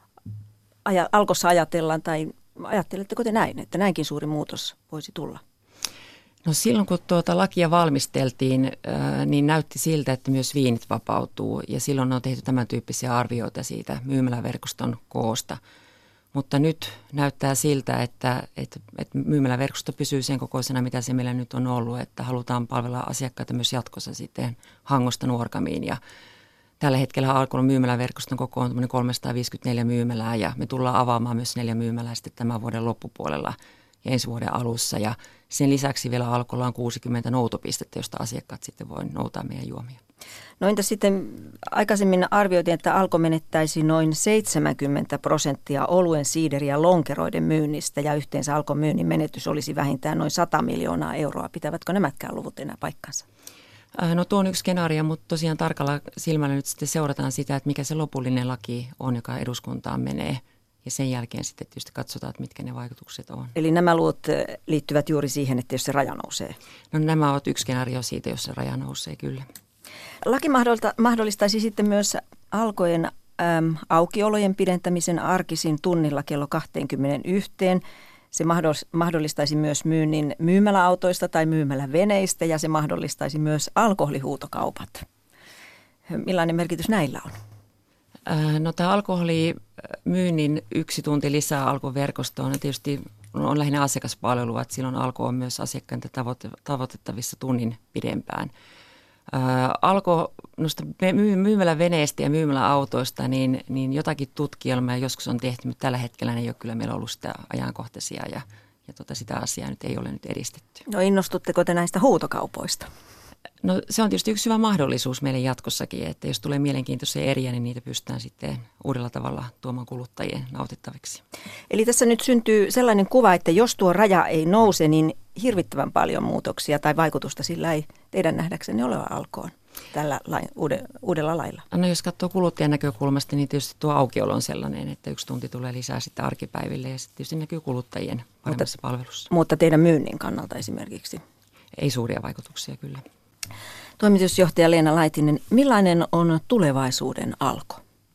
aja, Alkossa ajatellaan, tai ajatteletteko te näin, että näinkin suuri muutos voisi tulla? No silloin kun tuota lakia valmisteltiin, niin näytti siltä, että myös viinit vapautuu ja silloin on tehty tämän tyyppisiä arvioita siitä myymäläverkoston koosta. Mutta nyt näyttää siltä, että, että, että myymäläverkosto pysyy sen kokoisena, mitä se meillä nyt on ollut, että halutaan palvella asiakkaita myös jatkossa sitten Hangosta Nuorgamiin. Ja tällä hetkellä Alkon myymäläverkoston koko on kolmesataaviisikymmentäneljä myymälää ja me tullaan avaamaan myös neljä myymälää sitten tämän vuoden loppupuolella ja ensi vuoden alussa. Ja sen lisäksi vielä Alkolla on kuusikymmentä noutopistettä, josta asiakkaat sitten voi noutaa meidän juomia. No entä sitten aikaisemmin arvioitiin, että Alko menettäisi noin seitsemänkymmentä prosenttia oluen, siideri ja lonkeroiden myynnistä ja yhteensä Alkon myynnin menetys olisi vähintään noin sata miljoonaa euroa. Pitävätkö nämätkään luvut enää paikkansa? No tuo on yksi skenaario, mutta tosiaan tarkalla silmällä nyt sitten seurataan sitä, että mikä se lopullinen laki on, joka eduskuntaan menee. Ja sen jälkeen sitten tietysti katsotaan, että mitkä ne vaikutukset on. Eli nämä luvut liittyvät juuri siihen, että jos se raja nousee? No nämä ovat yksi skenaario siitä, jos se raja nousee, kyllä. Laki mahdollistaisi sitten myös Alkojen äm, aukiolojen pidentämisen arkisin tunnilla kello kaksikymmentäyksi. Se mahdollistaisi myös myynnin myymäläautoista tai myymäläveneistä ja se mahdollistaisi myös alkoholihuutokaupat. Millainen merkitys näillä on? No tämä alkoholimyynnin yksi tunti lisää Alkon verkostoon on tietysti on lähinnä asiakaspalvelua, että silloin Alko on myös asiakkaita tavoite, tavoitettavissa tunnin pidempään. Ää, Alko noista myymäläveneistä ja myymäläautoista, niin, niin jotakin tutkielmaa joskus on tehty, mutta tällä hetkellä ei ole kyllä meillä ollut sitä ajankohtaisia ja, ja tota, sitä asiaa nyt ei ole nyt edistetty. No innostutteko te näistä huutokaupoista? No se on tietysti yksi hyvä mahdollisuus meille jatkossakin, että jos tulee mielenkiintoisia eriä, niin niitä pystytään sitten uudella tavalla tuomaan kuluttajien nautittaviksi. Eli tässä nyt syntyy sellainen kuva, että jos tuo raja ei nouse, niin hirvittävän paljon muutoksia tai vaikutusta sillä ei teidän nähdäksenne ole Alkoon tällä lain, uude, uudella lailla. No jos katsoo kuluttajan näkökulmasta, niin tietysti tuo aukiolo on sellainen, että yksi tunti tulee lisää sitten arkipäiville ja sitten tietysti näkyy kuluttajien paremmassa mutta, palvelussa. Mutta teidän myynnin kannalta esimerkiksi? Ei suuria vaikutuksia kyllä. Toimitusjohtaja Leena Laitinen, millainen on tulevaisuuden Alko?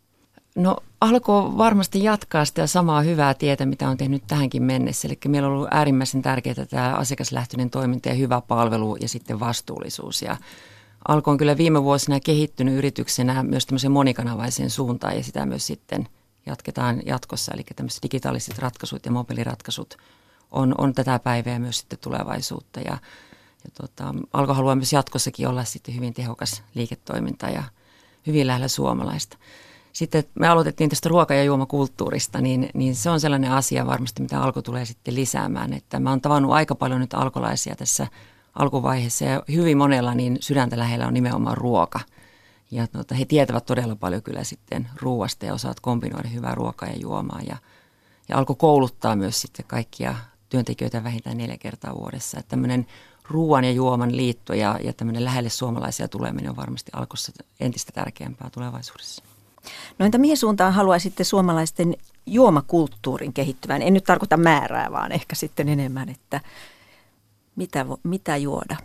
No Alko varmasti jatkaa sitä samaa hyvää tietä, mitä on tehnyt tähänkin mennessä. Eli meillä on ollut äärimmäisen tärkeää tämä asiakaslähtöinen toiminta ja hyvä palvelu ja sitten vastuullisuus. Ja Alko on kyllä viime vuosina kehittynyt yrityksenä myös tämmöiseen monikanavaiseen suuntaan ja sitä myös sitten jatketaan jatkossa. Eli tämmöiset digitaaliset ratkaisut ja mobiiliratkaisut on, on tätä päivää myös sitten tulevaisuutta ja Ja tota, Alko haluaa myös jatkossakin olla sitten hyvin tehokas liiketoiminta ja hyvin lähellä suomalaista. Sitten me aloitettiin tästä ruoka- ja juomakulttuurista, niin, niin se on sellainen asia varmasti, mitä Alko tulee sitten lisäämään. Että mä oon tavannut aika paljon nyt alkolaisia tässä alkuvaiheessa ja hyvin monella niin sydäntä lähellä on nimenomaan ruoka. Ja tota, he tietävät todella paljon kyllä sitten ruoasta ja osaavat kombinoida hyvää ruokaa ja juomaa. Ja, ja Alko kouluttaa myös sitten kaikkia työntekijöitä vähintään neljä kertaa vuodessa. Että tämmöinen ruoan ja juoman liitto ja, ja tämmöinen lähelle suomalaisia tuleminen on varmasti Alkossa entistä tärkeämpää tulevaisuudessa. No entä mihin suuntaan haluaisitte suomalaisten juomakulttuurin kehittyvän? En nyt tarkoita määrää, vaan ehkä sitten enemmän, että mitä, mitä juoda?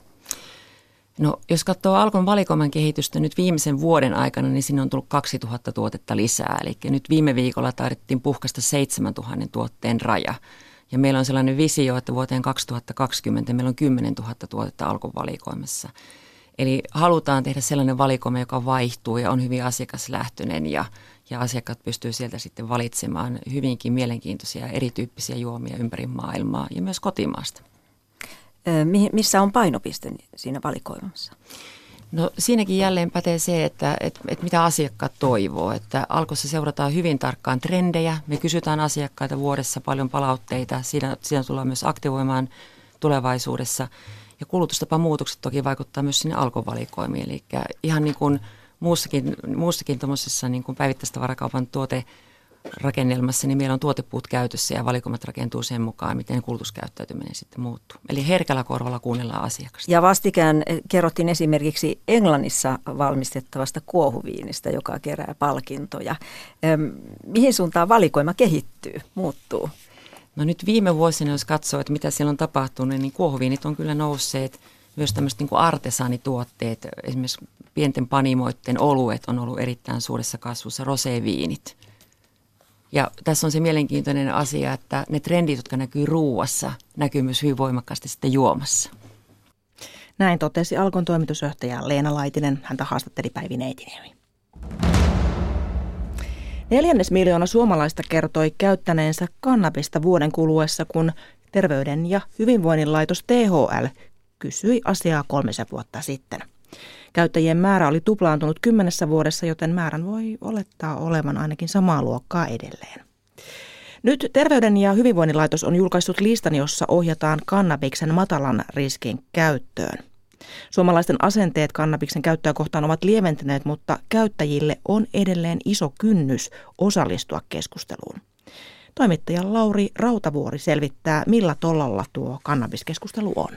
No jos katsoo Alkon valikoiman kehitystä nyt viimeisen vuoden aikana, niin sinne on tullut kaksituhatta tuotetta lisää. Eli nyt viime viikolla taidettiin puhkaista seitsemäntuhatta tuotteen raja. Ja meillä on sellainen visio, että vuoteen kaksituhattakaksikymmentä meillä on kymmenentuhatta tuotetta Alkon valikoimassa. Eli halutaan tehdä sellainen valikoima, joka vaihtuu ja on hyvin asiakaslähtöinen ja, ja asiakkaat pystyy sieltä sitten valitsemaan hyvinkin mielenkiintoisia erityyppisiä juomia ympäri maailmaa ja myös kotimaasta. Missä on painopiste siinä valikoimassa? No siinäkin jälleen pätee se, että, että, että mitä asiakkaat toivoo. Että Alkossa seurataan hyvin tarkkaan trendejä. Me kysytään asiakkaita vuodessa paljon palautteita. Siinä, siinä tullaan myös aktivoimaan tulevaisuudessa. Ja kulutustapamuutokset toki vaikuttaa myös sinne alkovalikoimiin. Eli ihan niin kuin muussakin, muussakin tuollaisessa niin kuin päivittäistavarakaupan tuoterakennelmassa, niin meillä on tuotepuut käytössä ja valikoimat rakentuu sen mukaan, miten kulutuskäyttäytyminen sitten muuttuu. Eli herkällä korvalla kuunnellaan asiakasta. Ja vastikään kerrottiin esimerkiksi Englannissa valmistettavasta kuohuviinistä, joka kerää palkintoja. Mihin suuntaan valikoima kehittyy, muuttuu? No nyt viime vuosina, jos katsoo, että mitä siellä on tapahtunut, niin kuohuviinit on kyllä nousseet. Myös tämmöiset niin kuin artesaanituotteet, esimerkiksi pienten panimoiden oluet on ollut erittäin suuressa kasvussa, roséviinit. Ja tässä on se mielenkiintoinen asia, että ne trendit, jotka näkyy ruuassa, näkyy myös hyvin voimakkaasti sitten juomassa. Näin totesi Alkon toimitusjohtaja Leena Laitinen. Häntä haastatteli Päivi Neitiniemi. Neljännes miljoona suomalaista kertoi käyttäneensä kannabista vuoden kuluessa, kun Terveyden ja hyvinvoinnin laitos T H L kysyi asiaa kolmisen vuotta sitten. Käyttäjien määrä oli tuplaantunut kymmenessä vuodessa, joten määrän voi olettaa olevan ainakin samaa luokkaa edelleen. Nyt Terveyden ja hyvinvoinnin laitos on julkaissut listan, jossa ohjataan kannabiksen matalan riskin käyttöön. Suomalaisten asenteet kannabiksen käyttöä kohtaan ovat lieventyneet, mutta käyttäjille on edelleen iso kynnys osallistua keskusteluun. Toimittaja Lauri Rautavuori selvittää, millä tolalla tuo kannabiskeskustelu on.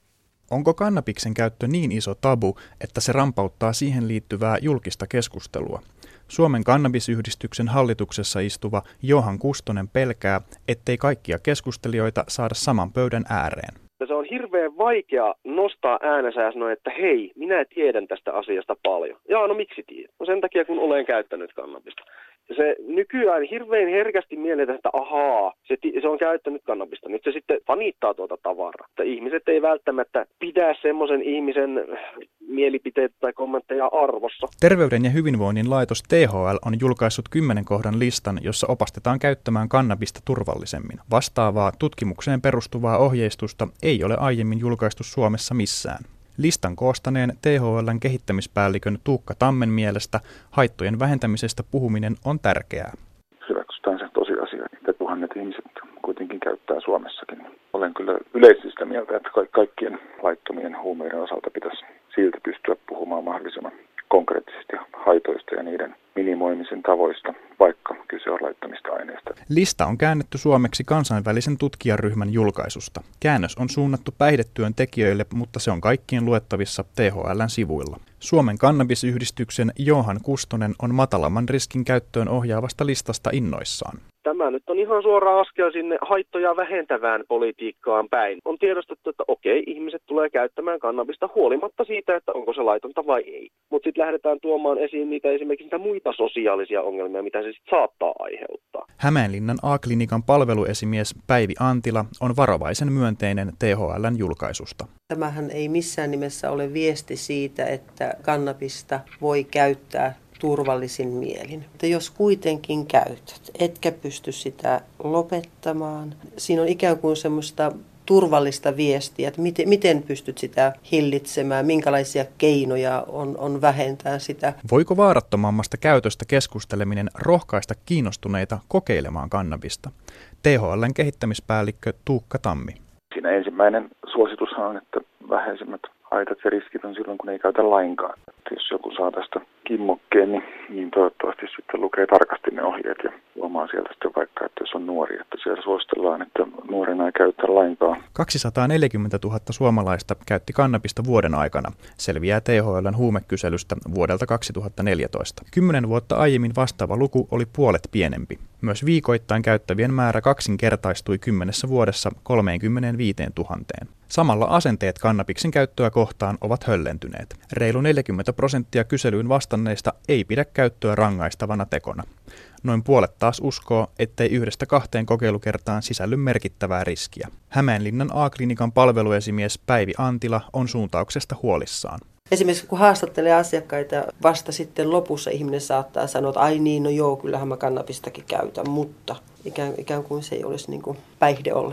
Onko kannabiksen käyttö niin iso tabu, että se rampauttaa siihen liittyvää julkista keskustelua? Suomen kannabisyhdistyksen hallituksessa istuva Johan Kustonen pelkää, ettei kaikkia keskustelijoita saada saman pöydän ääreen. Se on hirveän vaikea nostaa äänensä ja sanoa, että hei, minä tiedän tästä asiasta paljon. Jaa, no miksi tiedän? No sen takia, kun olen käyttänyt kannabista. Ja se nykyään hirveän herkästi mielletään, että ahaa, se, se on käyttänyt kannabista. Nyt se sitten fanittaa tuota tavaraa. Että ihmiset ei välttämättä pidä semmoisen ihmisen mielipiteitä tai kommentteja arvossa. Terveyden ja hyvinvoinnin laitos T H L on julkaissut kymmenen kohdan listan, jossa opastetaan käyttämään kannabista turvallisemmin. Vastaavaa tutkimukseen perustuvaa ohjeistusta ei ole aiemmin julkaistu Suomessa missään. Listan koostaneen T H L:n kehittämispäällikön Tuukka Tammen mielestä haittojen vähentämisestä puhuminen on tärkeää. Hyväksytään se tosiasia, että tuhannet ihmiset kuitenkin käyttää Suomessakin. Olen kyllä yleisesti sitä mieltä, että kaikkien laittomien huumeiden osalta pitäisi silti pystyä puhumaan mahdollisimman konkreettisesti haitoista ja niiden minimoimisen tavoista, vaikka kyse on laittomista aineista. Lista on käännetty suomeksi kansainvälisen tutkijaryhmän julkaisusta. Käännös on suunnattu päihdetyön tekijöille, mutta se on kaikkien luettavissa T H L:n sivuilla. Suomen kannabisyhdistyksen Johan Kustonen on matalamman riskin käyttöön ohjaavasta listasta innoissaan. Tämä nyt on ihan suora askel sinne haittoja vähentävään politiikkaan päin. On tiedostettu, että okei, ihmiset tulee käyttämään kannabista huolimatta siitä, että onko se laitonta vai ei. Mutta sitten lähdetään tuomaan esiin niitä esimerkiksi niitä muita sosiaalisia ongelmia, mitä se sitten saattaa aiheuttaa. Hämeenlinnan A-klinikan palveluesimies Päivi Antila on varovaisen myönteinen T H L:n julkaisusta. Tämähän ei missään nimessä ole viesti siitä, että kannabista voi käyttää turvallisin mielin. Mutta jos kuitenkin käytät, etkä pysty sitä lopettamaan, siinä on ikään kuin semmoista turvallista viestiä, että miten, miten pystyt sitä hillitsemään, minkälaisia keinoja on, on vähentää sitä. Voiko vaarattomammasta käytöstä keskusteleminen rohkaista kiinnostuneita kokeilemaan kannabista? T H L:n kehittämispäällikkö Tuukka Tammi. Siinä ensimmäinen suositushan on, että vähäisemmät haitat ja riskit on silloin, kun ei käytä lainkaan. Että jos joku saa tästä kimmokkeen, niin, niin toivottavasti sitten lukee tarkasti ne ohjeet ja huomaa sieltä sitten vaikka, että jos on nuori, että siellä suositellaan, että nuorena ei käytä lainkaan. kaksisataaneljäkymmentätuhatta suomalaista käytti kannabista vuoden aikana, selviää T H L:n huumekyselystä vuodelta kaksituhattaneljätoista. Kymmenen vuotta aiemmin vastaava luku oli puolet pienempi. Myös viikoittain käyttävien määrä kaksinkertaistui kymmenessä vuodessa kolmekymmentäviisituhatta. Samalla asenteet kannabiksen käyttöä kohtaan ovat höllentyneet. Reilu neljäkymmentä prosenttia kyselyyn vastanneista ei pidä käyttöä rangaistavana tekona. Noin puolet taas uskoo, ettei yhdestä kahteen kokeilukertaan sisälly merkittävää riskiä. Hämeenlinnan A-klinikan palveluesimies Päivi Antila on suuntauksesta huolissaan. Esimerkiksi kun haastattelee asiakkaita, vasta sitten lopussa ihminen saattaa sanoa, että ai niin, no joo, kyllähän mä kannabistakin käytän, mutta ikään, ikään kuin se ei olisi niin kuin päihde ollenkaan.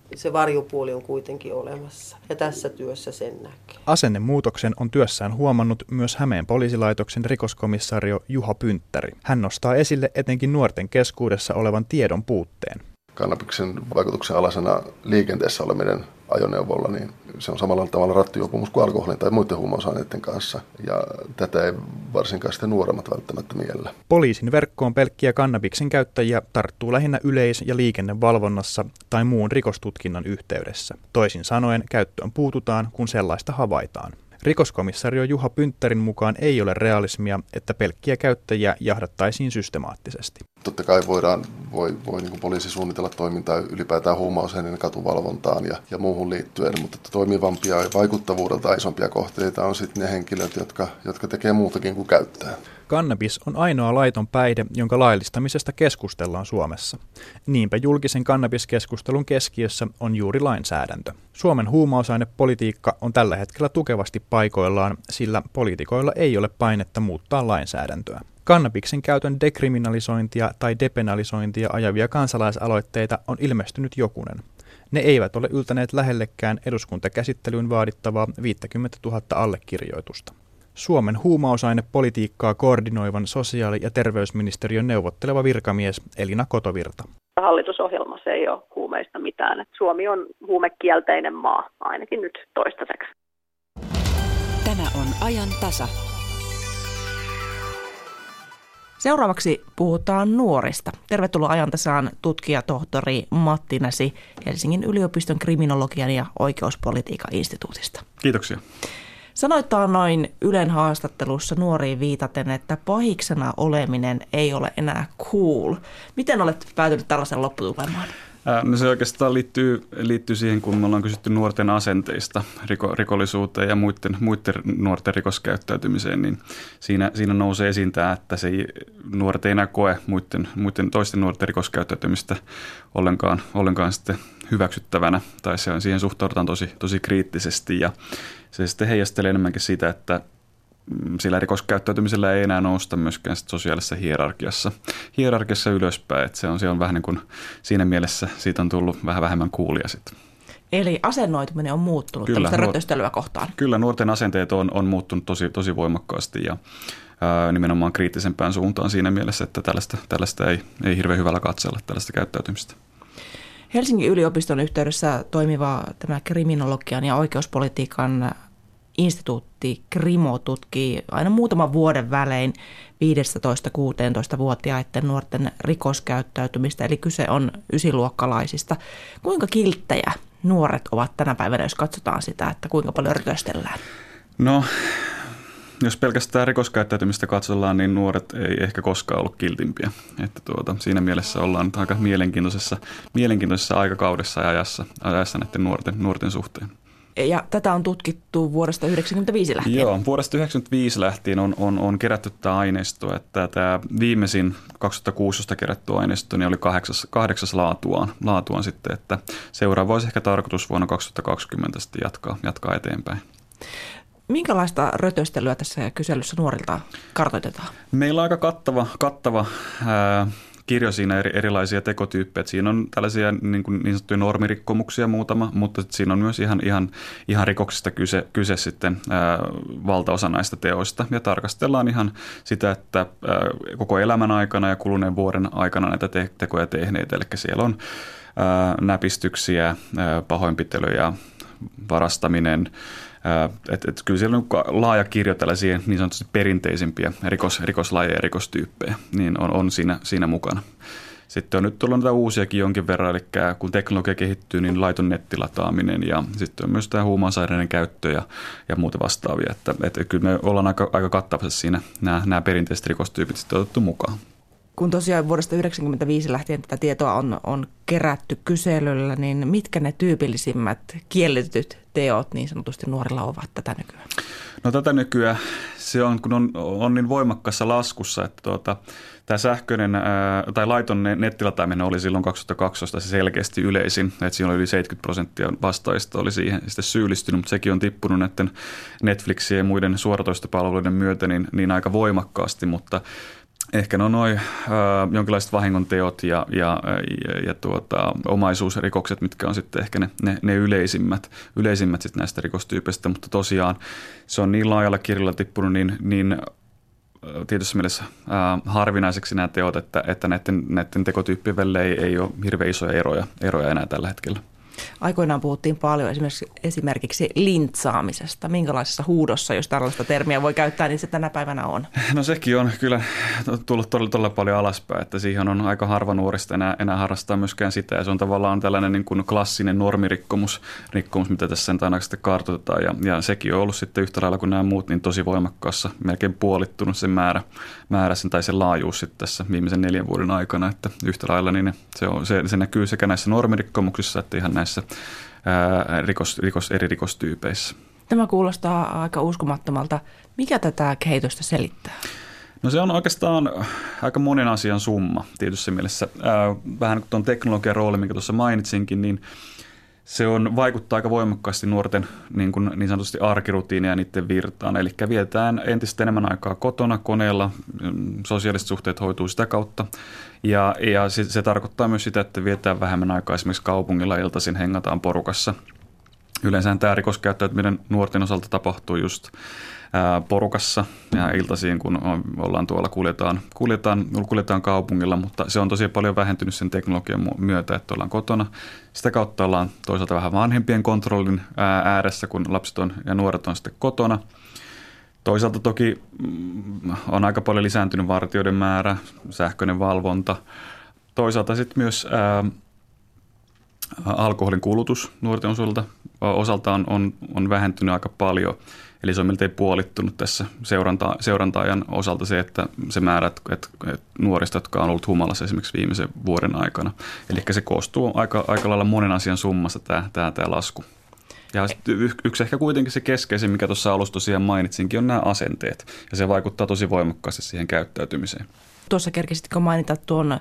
se varjopuoli on kuitenkin olemassa. Ja tässä työssä sen näkee. Asennemuutoksen on työssään huomannut myös Hämeen poliisilaitoksen rikoskomissario Juha Pynttäri. Hän nostaa esille etenkin nuorten keskuudessa olevan tiedon puutteen. Kannabiksen vaikutuksen alasena liikenteessä oleminen ajoneuvolla, niin se on samalla tavalla rattijuopumus kuin alkoholin tai muiden huumausaineiden kanssa. Ja tätä ei varsinkaan sitten nuoremmat välttämättä miellä. Poliisin verkkoon pelkkiä kannabiksen käyttäjiä tarttuu lähinnä yleis- ja liikennevalvonnassa tai muun rikostutkinnan yhteydessä. Toisin sanoen käyttöön puututaan, kun sellaista havaitaan. Rikoskomissario Juha Pynttärin mukaan ei ole realismia, että pelkkiä käyttäjiä jahdattaisiin systemaattisesti. Totta kai voidaan, voi, voi niin kuin poliisi suunnitella toimintaa ylipäätään huumausaineiden katuvalvontaan ja, ja muuhun liittyen, mutta toimivampia ja vaikuttavuudelta isompia kohteita on sitten ne henkilöt, jotka, jotka tekee muutakin kuin käyttää. Kannabis on ainoa laiton päihde, jonka laillistamisesta keskustellaan Suomessa. Niinpä julkisen kannabiskeskustelun keskiössä on juuri lainsäädäntö. Suomen huumausainepolitiikka on tällä hetkellä tukevasti paikoillaan, sillä poliitikoilla ei ole painetta muuttaa lainsäädäntöä. Kannabiksen käytön dekriminalisointia tai depenalisointia ajavia kansalaisaloitteita on ilmestynyt jokunen. Ne eivät ole yltäneet lähellekään eduskuntakäsittelyyn vaadittavaa viisikymmentätuhatta allekirjoitusta. Suomen huumausainepolitiikkaa koordinoivan sosiaali- ja terveysministeriön neuvotteleva virkamies Elina Kotovirta. Hallitusohjelmassa ei ole huumeista mitään. Suomi on huumekielteinen maa, ainakin nyt toistaiseksi. Tämä on ajan tasa. Seuraavaksi puhutaan nuorista. Tervetuloa ajantasaan tutkijatohtori Matti Näsi Helsingin yliopiston kriminologian ja oikeuspolitiikan instituutista. Kiitoksia. Sanoit noin Ylen haastattelussa nuoriin viitaten, että pahiksena oleminen ei ole enää cool. Miten olet päätynyt tällaisen lopputulemaan? No se oikeastaan liittyy, liittyy siihen, kun me ollaan kysytty nuorten asenteista riko, rikollisuuteen ja muiden, muiden nuorten rikoskäyttäytymiseen, niin siinä, siinä nousee esiin tämä, että se ei, nuoret ei enää koe muiden, muiden toisten nuorten rikoskäyttäytymistä ollenkaan, ollenkaan sitten hyväksyttävänä, tai se, siihen suhtaudutaan tosi, tosi kriittisesti, ja se sitten heijastelee enemmänkin sitä, että sillä rikoskäyttäytymisellä ei enää nousta myöskään sosiaalisessa hierarkiassa, hierarkiassa ylöspäin, että se on, se on vähän niin kuin siinä mielessä siitä on tullut vähän vähemmän coolia sitten. Eli asennoituminen on muuttunut kyllä, tällaista rötöstelyä kohtaan? Kyllä, nuorten asenteet on, on muuttunut tosi, tosi voimakkaasti ja ää, nimenomaan kriittisempään suuntaan siinä mielessä, että tällaista, tällaista ei, ei hirveän hyvällä katsella, tällaista käyttäytymistä. Helsingin yliopiston yhteydessä toimiva tämä kriminologian ja oikeuspolitiikan instituutti Krimo tutkii aina muutaman vuoden välein viisitoista-kuusitoista-vuotiaiden nuorten rikoskäyttäytymistä, eli kyse on ysiluokkalaisista. Kuinka kilttejä nuoret ovat tänä päivänä, jos katsotaan sitä, että kuinka paljon rikostellään? No, jos pelkästään rikoskäyttäytymistä katsellaan, niin nuoret ei ehkä koskaan ollut kiltimpiä. Että tuota, siinä mielessä ollaan aika mielenkiintoisessa, mielenkiintoisessa aikakaudessa ja ajassa, ajassa näiden nuorten, nuorten suhteen. Ja tätä on tutkittu vuodesta yhdeksänkymmentäviisi lähtien. Joo, vuodesta yhdeksänkymmentäviisi lähtien on, on, on kerätty tämä aineisto, että tämä viimeisin kaksituhattakuusitoista kerätty aineisto niin oli kahdeksas, kahdeksas laatuaan, laatuaan sitten, että seuraava olisi ehkä tarkoitus vuonna kaksituhattakaksikymmentä sitten jatkaa, jatkaa eteenpäin. Minkälaista rötöstelyä tässä kyselyssä nuorilta kartoitetaan? Meillä on aika kattava, kattava ää, kirjo siinä eri, erilaisia tekotyyppejä. Siinä on tällaisia niin, kuin niin sanottuja normirikkomuksia muutama, mutta siinä on myös ihan, ihan, ihan rikoksista kyse, kyse sitten ää, valtaosa näistä teoista. Ja tarkastellaan ihan sitä, että ää, koko elämän aikana ja kuluneen vuoden aikana näitä te- tekoja tehneitä. Eli siellä on ää, näpistyksiä, ää, pahoinpitelyjä, varastaminen. Että et kyllä siellä on laaja kirjo tällaisia niin sanotusti perinteisimpiä rikos, rikoslajeja ja rikostyyppejä, niin on, on siinä, siinä mukana. Sitten on nyt tullut näitä uusiakin jonkin verran, eli kun teknologia kehittyy, niin laiton nettilataaminen ja sitten on myös tämä huumausaineiden käyttö ja, ja muuta vastaavia. Että, että kyllä me ollaan aika, aika kattavasti siinä nämä, nämä perinteiset rikostyypit sitten otettu mukaan. Kun tosiaan vuodesta yhdeksänkymmentäviisi lähtien tätä tietoa on, on kerätty kyselyllä, niin mitkä ne tyypillisimmät kielletyt teot niin sanotusti nuorilla ovat tätä nykyään? No tätä nykyään se on, kun on, on niin voimakkaassa laskussa, että tuota, tämä sähköinen ää, tai laiton nettilataaminen oli silloin kaksituhattakaksitoista se selkeästi yleisin, että siinä oli yli seitsemänkymmentä prosenttia vastaajista oli siihen sitten syyllistynyt, mutta sekin on tippunut näiden Netflixien ja muiden suoratoistopalveluiden myötä niin, niin aika voimakkaasti, mutta Ehkä no noin äh, jonkinlaiset vahingonteot ja, ja, ja, ja tuota, omaisuusrikokset, mitkä on sitten ehkä ne, ne, ne yleisimmät, yleisimmät sit näistä rikostyypeistä, mutta tosiaan se on niin laajalla kirjalla tippunut niin, niin tietyssä mielessä äh, harvinaiseksi nämä teot, että, että näiden, näiden tekotyyppien välillä ei, ei ole hirveän isoja eroja, eroja enää tällä hetkellä. Aikoinaan puhuttiin paljon esimerkiksi, esimerkiksi lintsaamisesta. Minkälaisessa huudossa, jos tällaista termiä voi käyttää, niin se tänä päivänä on? No sekin on kyllä tullut todella, todella paljon alaspäin, että siihen on aika harva nuorista enää, enää harrastaa myöskään sitä. Ja se on tavallaan tällainen niin kuin klassinen normirikkomus, rikkomus, mitä tässä nyt aina sitten kartoitetaan. Ja, ja sekin on ollut sitten yhtä lailla kuin nämä muut, niin tosi voimakkaassa, melkein puolittunut se määrä, määrä sen, tai se laajuus sitten tässä viimeisen neljän vuoden aikana. Että yhtä lailla niin se, on, se, se näkyy sekä näissä normirikkomuksissa, että ihan näissä Ää, rikos, rikos, eri rikostyypeissä. Tämä kuulostaa aika uskomattomalta. Mikä tätä kehitystä selittää? No se on oikeastaan aika monen asian summa tietyssä mielessä. Ää, vähän kuin tuon teknologian rooli, minkä tuossa mainitsinkin, niin se on, vaikuttaa aika voimakkaasti nuorten niin, kuin niin sanotusti arkirutiineja ja niiden virtaan. Eli vietetään entistä enemmän aikaa kotona, koneella, sosiaaliset suhteet hoituu sitä kautta. Ja, ja se, se tarkoittaa myös sitä, että vietetään vähemmän aikaa esimerkiksi kaupungilla, iltaisin hengataan porukassa. Yleensä tämä rikoskäyttäytyminen nuorten osalta tapahtuu just ää, porukassa ja iltaisin, kun on, ollaan tuolla, kuljetaan, kuljetaan, kuljetaan kaupungilla, mutta se on tosi paljon vähentynyt sen teknologian myötä, että ollaan kotona. Sitä kautta ollaan toisaalta vähän vanhempien kontrollin ää, ääressä, kun lapset on ja nuoret on sitten kotona. Toisaalta toki on aika paljon lisääntynyt vartijoiden määrä, sähköinen valvonta. Toisaalta sitten myös ää, alkoholin kulutus nuorten osalta, osalta on, on, on vähentynyt aika paljon. Eli se on miltei puolittunut tässä seuranta, seuranta-ajan osalta se, että se määrä että, että nuorista, jotka on ollut humalassa esimerkiksi viimeisen vuoden aikana. Eli se koostuu aika, aika lailla monen asian summassa tämä, tämä, tämä lasku. Ja yksi ehkä kuitenkin se keskeisin, mikä tuossa alussa tosiaan mainitsinkin, on nämä asenteet. Ja se vaikuttaa tosi voimakkaasti siihen käyttäytymiseen. Tuossa kerkisitkö mainita tuon ä,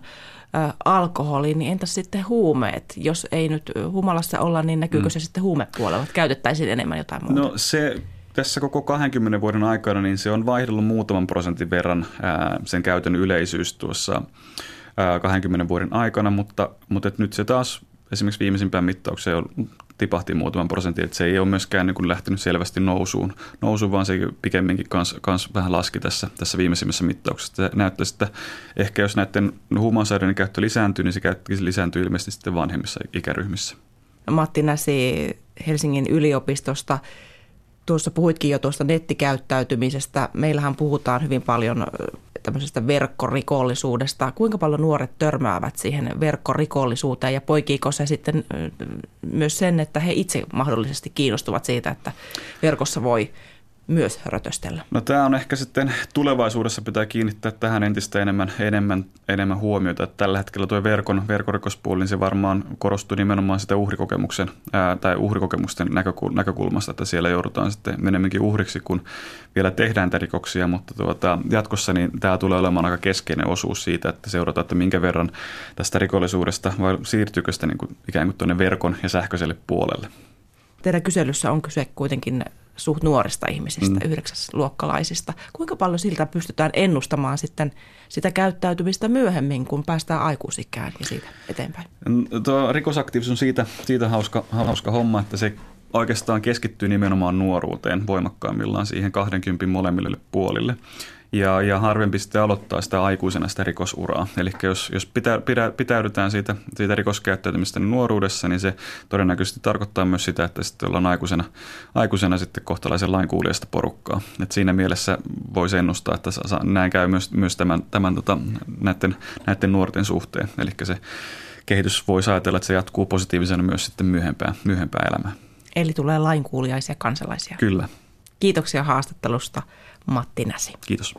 alkoholin, niin entäs sitten huumeet? Jos ei nyt humalassa olla, niin näkyykö mm. se sitten huumepuolella? Käytettäisiin enemmän jotain muuta? No se tässä koko kahdenkymmenen vuoden aikana, niin se on vaihdellut muutaman prosentin verran ää, sen käytön yleisyys tuossa ää, kahdenkymmenen vuoden aikana, mutta, mutta et nyt se taas esimerkiksi viimeisimpään mittaukseen tipahti muutaman prosentin, että se ei ole myöskään niin kuin lähtenyt selvästi nousuun, nousuun, vaan se pikemminkin kans, kans vähän laski tässä, tässä viimeisimmässä mittauksessa. Se näyttäisi, että ehkä jos näiden huumausaineiden käyttö lisääntyy, niin se lisääntyy ilmeisesti sitten vanhemmissa ikäryhmissä. Matti Näsi Helsingin yliopistosta. Tuossa puhuitkin jo tuosta nettikäyttäytymisestä. Meillähän puhutaan hyvin paljon tämmöisestä verkkorikollisuudesta. Kuinka paljon nuoret törmäävät siihen verkkorikollisuuteen ja poikiiko se sitten myös sen, että he itse mahdollisesti kiinnostuvat siitä, että verkossa voi myös rötöstellä? No tämä on ehkä sitten tulevaisuudessa pitää kiinnittää tähän entistä enemmän, enemmän, enemmän huomiota. Että tällä hetkellä tuo verkon, verkkorikospuoli, niin se varmaan korostuu nimenomaan sitä uhrikokemuksen ää, tai uhrikokemusten näkökul- näkökulmasta, että siellä joudutaan sitten enemmänkin uhriksi, kun vielä tehdään näitä rikoksia, mutta tuota, jatkossa niin tämä tulee olemaan aika keskeinen osuus siitä, että seurataan, että minkä verran tästä rikollisuudesta vai siirtyykö sitä niin kuin, ikään kuin tuonne verkon ja sähköiselle puolelle. Teidän kyselyssä on kyse kuitenkin suht nuorista ihmisistä, mm. yhdeksäsluokkalaisista. Kuinka paljon siltä pystytään ennustamaan sitten sitä käyttäytymistä myöhemmin, kun päästään aikuisikään ja siitä eteenpäin? Tuo rikosaktiivisuus on siitä, siitä hauska, hauska homma, että se oikeastaan keskittyy nimenomaan nuoruuteen voimakkaimmillaan siihen kahdenkympin molemmille puolille. Ja, ja harvempi sitten aloittaa sitä aikuisena sitä rikosuraa. Eli jos, jos pitä, pidä, pitäydytään siitä, siitä rikoskäyttäytymistä nuoruudessa, niin se todennäköisesti tarkoittaa myös sitä, että sitten ollaan aikuisena, aikuisena sitten kohtalaisen lainkuulijasta porukkaa. Et siinä mielessä voisi ennustaa, että näin käy myös, myös tämän, tämän tota, näiden, näiden nuorten suhteen. Eli se kehitys voisi ajatella, että se jatkuu positiivisena myös sitten myöhempää, myöhempää elämää. Eli tulee lainkuuliaisia kansalaisia. Kyllä. Kiitoksia haastattelusta, Matti Näsi. Kiitos.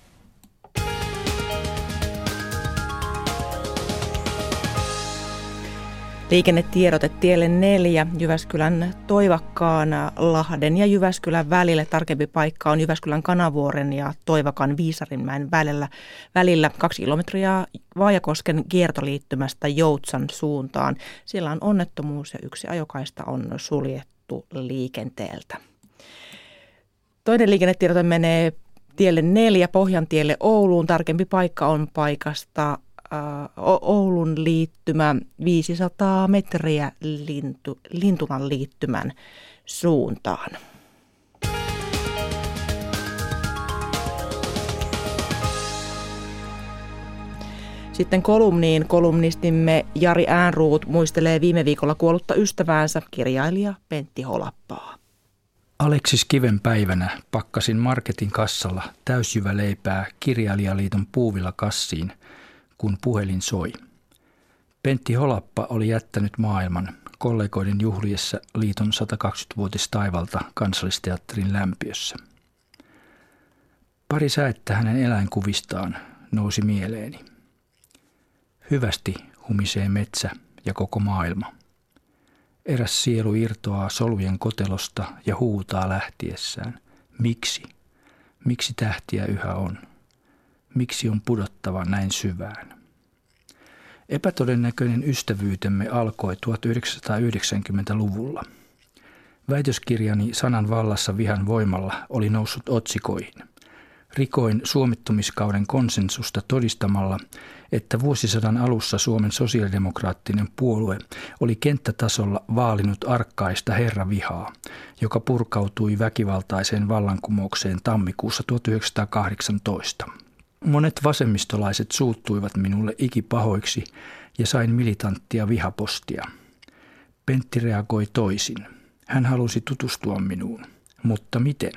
Liikennetiedote tielle neljä Jyväskylän Toivakkaan, Lahden ja Jyväskylän välillä. Tarkempi paikka on Jyväskylän Kanavuoren ja Toivakan Viisarinmäen välillä. Välillä kaksi kilometriä Vaajakosken kiertoliittymästä Joutsan suuntaan. Siellä on onnettomuus ja yksi ajokaista on suljettu liikenteeltä. Toinen liikennetiedote menee tielle neljä Pohjantielle Ouluun. Tarkempi paikka on paikasta Oulun liittymä viisisataa metriä lintu, Lintulan liittymän suuntaan. Sitten kolumniin kolumnistimme Jari Äänruut muistelee viime viikolla kuollutta ystäväänsä, kirjailija Pentti Holappaa. Aleksis Kiven päivänä pakkasin marketin kassalla täysjyväleipää Kirjailijaliiton puuvilla kassiin, kun puhelin soi. Pentti Holappa oli jättänyt maailman kollegoiden juhliessa liiton satakaksikymmentävuotistaivalta Kansallisteatterin lämpiössä. Pari säettä hänen eläinkuvistaan nousi mieleeni. Hyvästi humisee metsä ja koko maailma. Eräs sielu irtoaa solujen kotelosta ja huutaa lähtiessään. Miksi? Miksi tähtiä yhä on? Miksi on pudottava näin syvään? Epätodennäköinen ystävyytemme alkoi tuhatyhdeksänsataayhdeksänkymmentäluvulla. Väitöskirjani Sanan vallassa vihan voimalla oli noussut otsikoihin. Rikoin suomittumiskauden konsensusta todistamalla, että vuosisadan alussa Suomen sosiaalidemokraattinen puolue oli kenttätasolla vaalinut arkkaista herravihaa, joka purkautui väkivaltaiseen vallankumoukseen tammikuussa tuhatyhdeksänsataakahdeksantoista. Monet vasemmistolaiset suuttuivat minulle ikipahoiksi ja sain militanttia vihapostia. Pentti reagoi toisin. Hän halusi tutustua minuun. Mutta miten?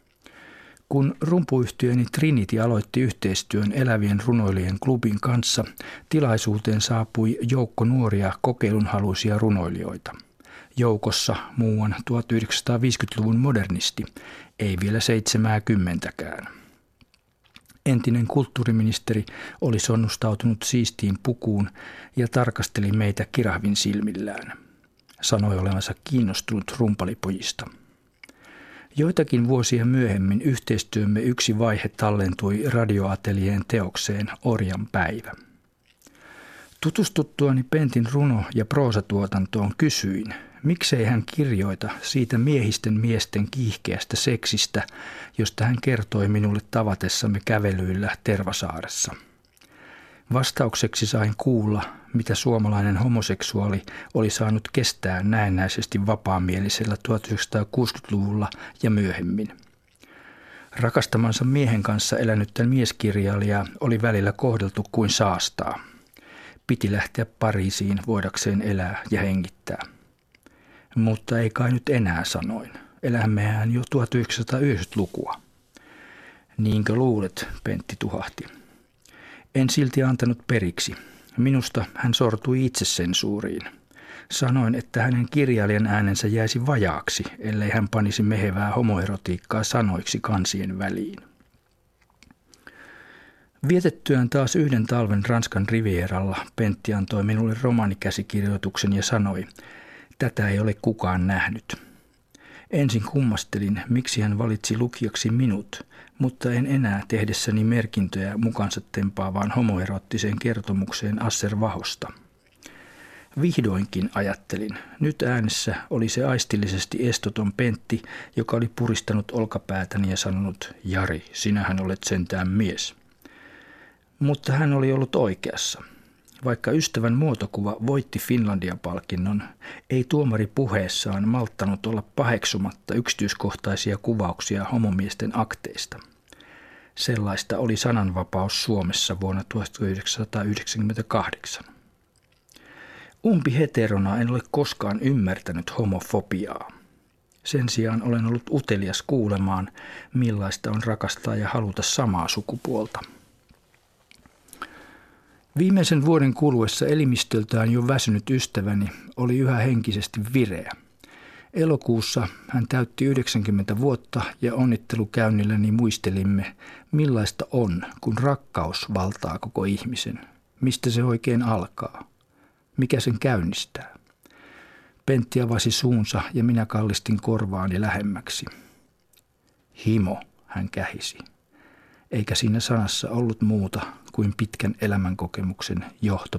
Kun rumpuyhtiöni Trinity aloitti yhteistyön Elävien runoilijan klubin kanssa, tilaisuuteen saapui joukko nuoria kokeilunhaluisia runoilijoita. Joukossa muuan tuhatyhdeksänsataaviisikymmentäluvun modernisti, ei vielä seitsemänkymmentäkään. Entinen kulttuuriministeri oli sonnustautunut siistiin pukuun ja tarkasteli meitä kirahvin silmillään. Sanoi olevansa kiinnostunut rumpalipojista. Joitakin vuosia myöhemmin yhteistyömme yksi vaihe tallentui radioateljeen teokseen Orjan päivä. Tutustuttuani Pentin runo- ja proosatuotantoon kysyin, miksei hän kirjoita siitä miehisten miesten kiihkeästä seksistä, josta hän kertoi minulle tavatessamme kävelyillä Tervasaaressa. Vastaukseksi sain kuulla, mitä suomalainen homoseksuaali oli saanut kestää näennäisesti vapaamielisellä tuhatyhdeksänsataakuusikymmentäluvulla ja myöhemmin. Rakastamansa miehen kanssa elänyttä mieskirjailijaa oli välillä kohdeltu kuin saastaa. Piti lähteä Pariisiin voidakseen elää ja hengittää. Mutta ei kai nyt enää, sanoin. Elämmehän jo tuhatyhdeksänsataayhdeksänkymmentälukua. Niinkö luulet, Pentti tuhahti. En silti antanut periksi. Minusta hän sortui itsesensuuriin. Sanoin, että hänen kirjailijan äänensä jäisi vajaaksi, ellei hän panisi mehevää homoerotiikkaa sanoiksi kansien väliin. Vietettyään taas yhden talven Ranskan Rivieralla, Pentti antoi minulle romaanikäsikirjoituksen ja sanoi, tätä ei ole kukaan nähnyt. Ensin kummastelin, miksi hän valitsi lukijaksi minut, mutta en enää tehdessäni merkintöjä mukansa tempaavaan homoerottiseen kertomukseen Asser-Vahosta. Vihdoinkin ajattelin, nyt äänessä oli se aistillisesti estoton Pentti, joka oli puristanut olkapäätäni ja sanonut, Jari, sinähän olet sentään mies. Mutta hän oli ollut oikeassa. Vaikka ystävän muotokuva voitti Finlandia-palkinnon, ei tuomari puheessaan malttanut olla paheksumatta yksityiskohtaisia kuvauksia homomiesten akteista. Sellaista oli sananvapaus Suomessa vuonna tuhatyhdeksänsataayhdeksänkymmentäkahdeksan. Umpi heterona en ole koskaan ymmärtänyt homofobiaa. Sen sijaan olen ollut utelias kuulemaan, millaista on rakastaa ja haluta samaa sukupuolta. Viimeisen vuoden kuluessa elimistöltään jo väsynyt ystäväni oli yhä henkisesti vireä. Elokuussa hän täytti yhdeksänkymmentä vuotta ja onnittelukäynnilläni muistelimme, millaista on, kun rakkaus valtaa koko ihmisen. Mistä se oikein alkaa? Mikä sen käynnistää? Pentti avasi suunsa ja minä kallistin korvaani lähemmäksi. Himo, hän kähisi. Eikä siinä sanassa ollut muuta kuin pitkän elämänkokemuksen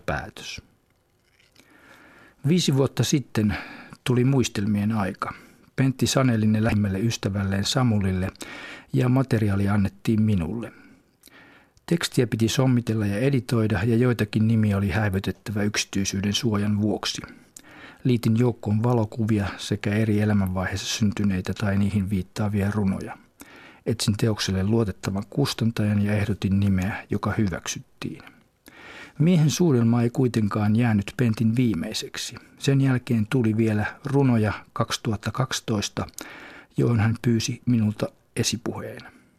johtopäätös. Viisi vuotta sitten tuli muistelmien aika. Pentti saneli ne lähimmälle ystävälleen Samulille ja materiaali annettiin minulle. Tekstiä piti sommitella ja editoida ja joitakin nimiä oli häivytettävä yksityisyyden suojan vuoksi. Liitin joukkoon valokuvia sekä eri elämänvaiheessa syntyneitä tai niihin viittaavia runoja. Etsin teokselle luotettavan kustantajan ja ehdotin nimeä, joka hyväksyttiin. Miehen suudelma ei kuitenkaan jäänyt Pentin viimeiseksi. Sen jälkeen tuli vielä runoja kaksituhattakaksitoista, johon hän pyysi minulta esipuheen.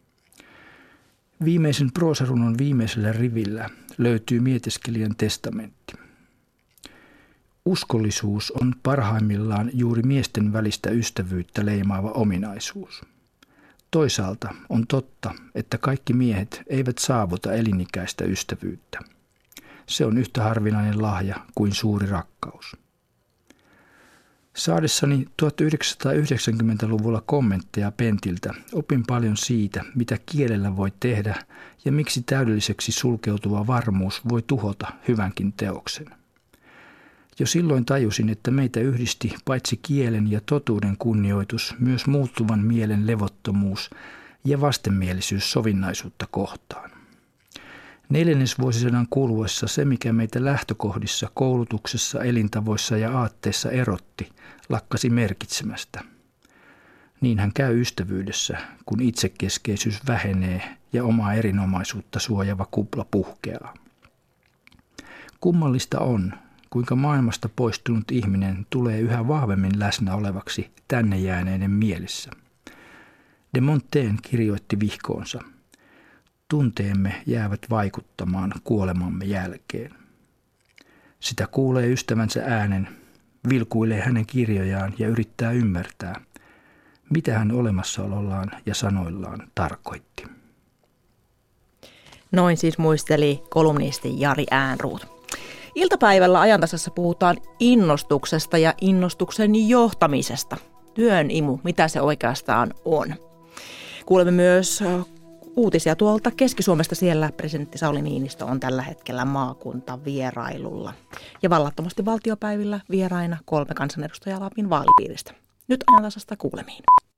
Viimeisen proosarunon viimeisellä rivillä löytyy mietiskelijän testamentti. Uskollisuus on parhaimmillaan juuri miesten välistä ystävyyttä leimaava ominaisuus. Toisaalta on totta, että kaikki miehet eivät saavuta elinikäistä ystävyyttä. Se on yhtä harvinainen lahja kuin suuri rakkaus. Saadessani tuhatyhdeksänsataayhdeksänkymmentäluvulla kommentteja Pentiltä opin paljon siitä, mitä kielellä voi tehdä ja miksi täydelliseksi sulkeutuva varmuus voi tuhota hyvänkin teoksen. Jo silloin tajusin, että meitä yhdisti paitsi kielen ja totuuden kunnioitus, myös muuttuvan mielen levottomuus ja vastenmielisyys sovinnaisuutta kohtaan. Neljännesvuosisadan kuluessa se, mikä meitä lähtökohdissa, koulutuksessa, elintavoissa ja aatteissa erotti, lakkasi merkitsemästä. Niinhän käy ystävyydessä, kun itsekeskeisyys vähenee ja omaa erinomaisuutta suojava kupla puhkeaa. Kummallista on, kuinka maailmasta poistunut ihminen tulee yhä vahvemmin läsnä olevaksi tänne jääneiden mielissä. De Montaigne kirjoitti vihkoonsa: tunteemme jäävät vaikuttamaan kuolemamme jälkeen. Sitä kuulee ystävänsä äänen, vilkuilee hänen kirjojaan ja yrittää ymmärtää, mitä hän olemassaolollaan ja sanoillaan tarkoitti. Noin siis muisteli kolumnisti Jari Ehrnrooth. Iltapäivällä Ajantasassa puhutaan innostuksesta ja innostuksen johtamisesta. Työn imu, mitä se oikeastaan on. Kuulemme myös uutisia tuolta Keski-Suomesta. Siellä presidentti Sauli Niinistö on tällä hetkellä maakuntavierailulla. Ja vallattomasti valtiopäivillä vieraina kolme kansanedustajaa Lapin vaalipiiristä. Nyt Ajantasasta kuulemiin.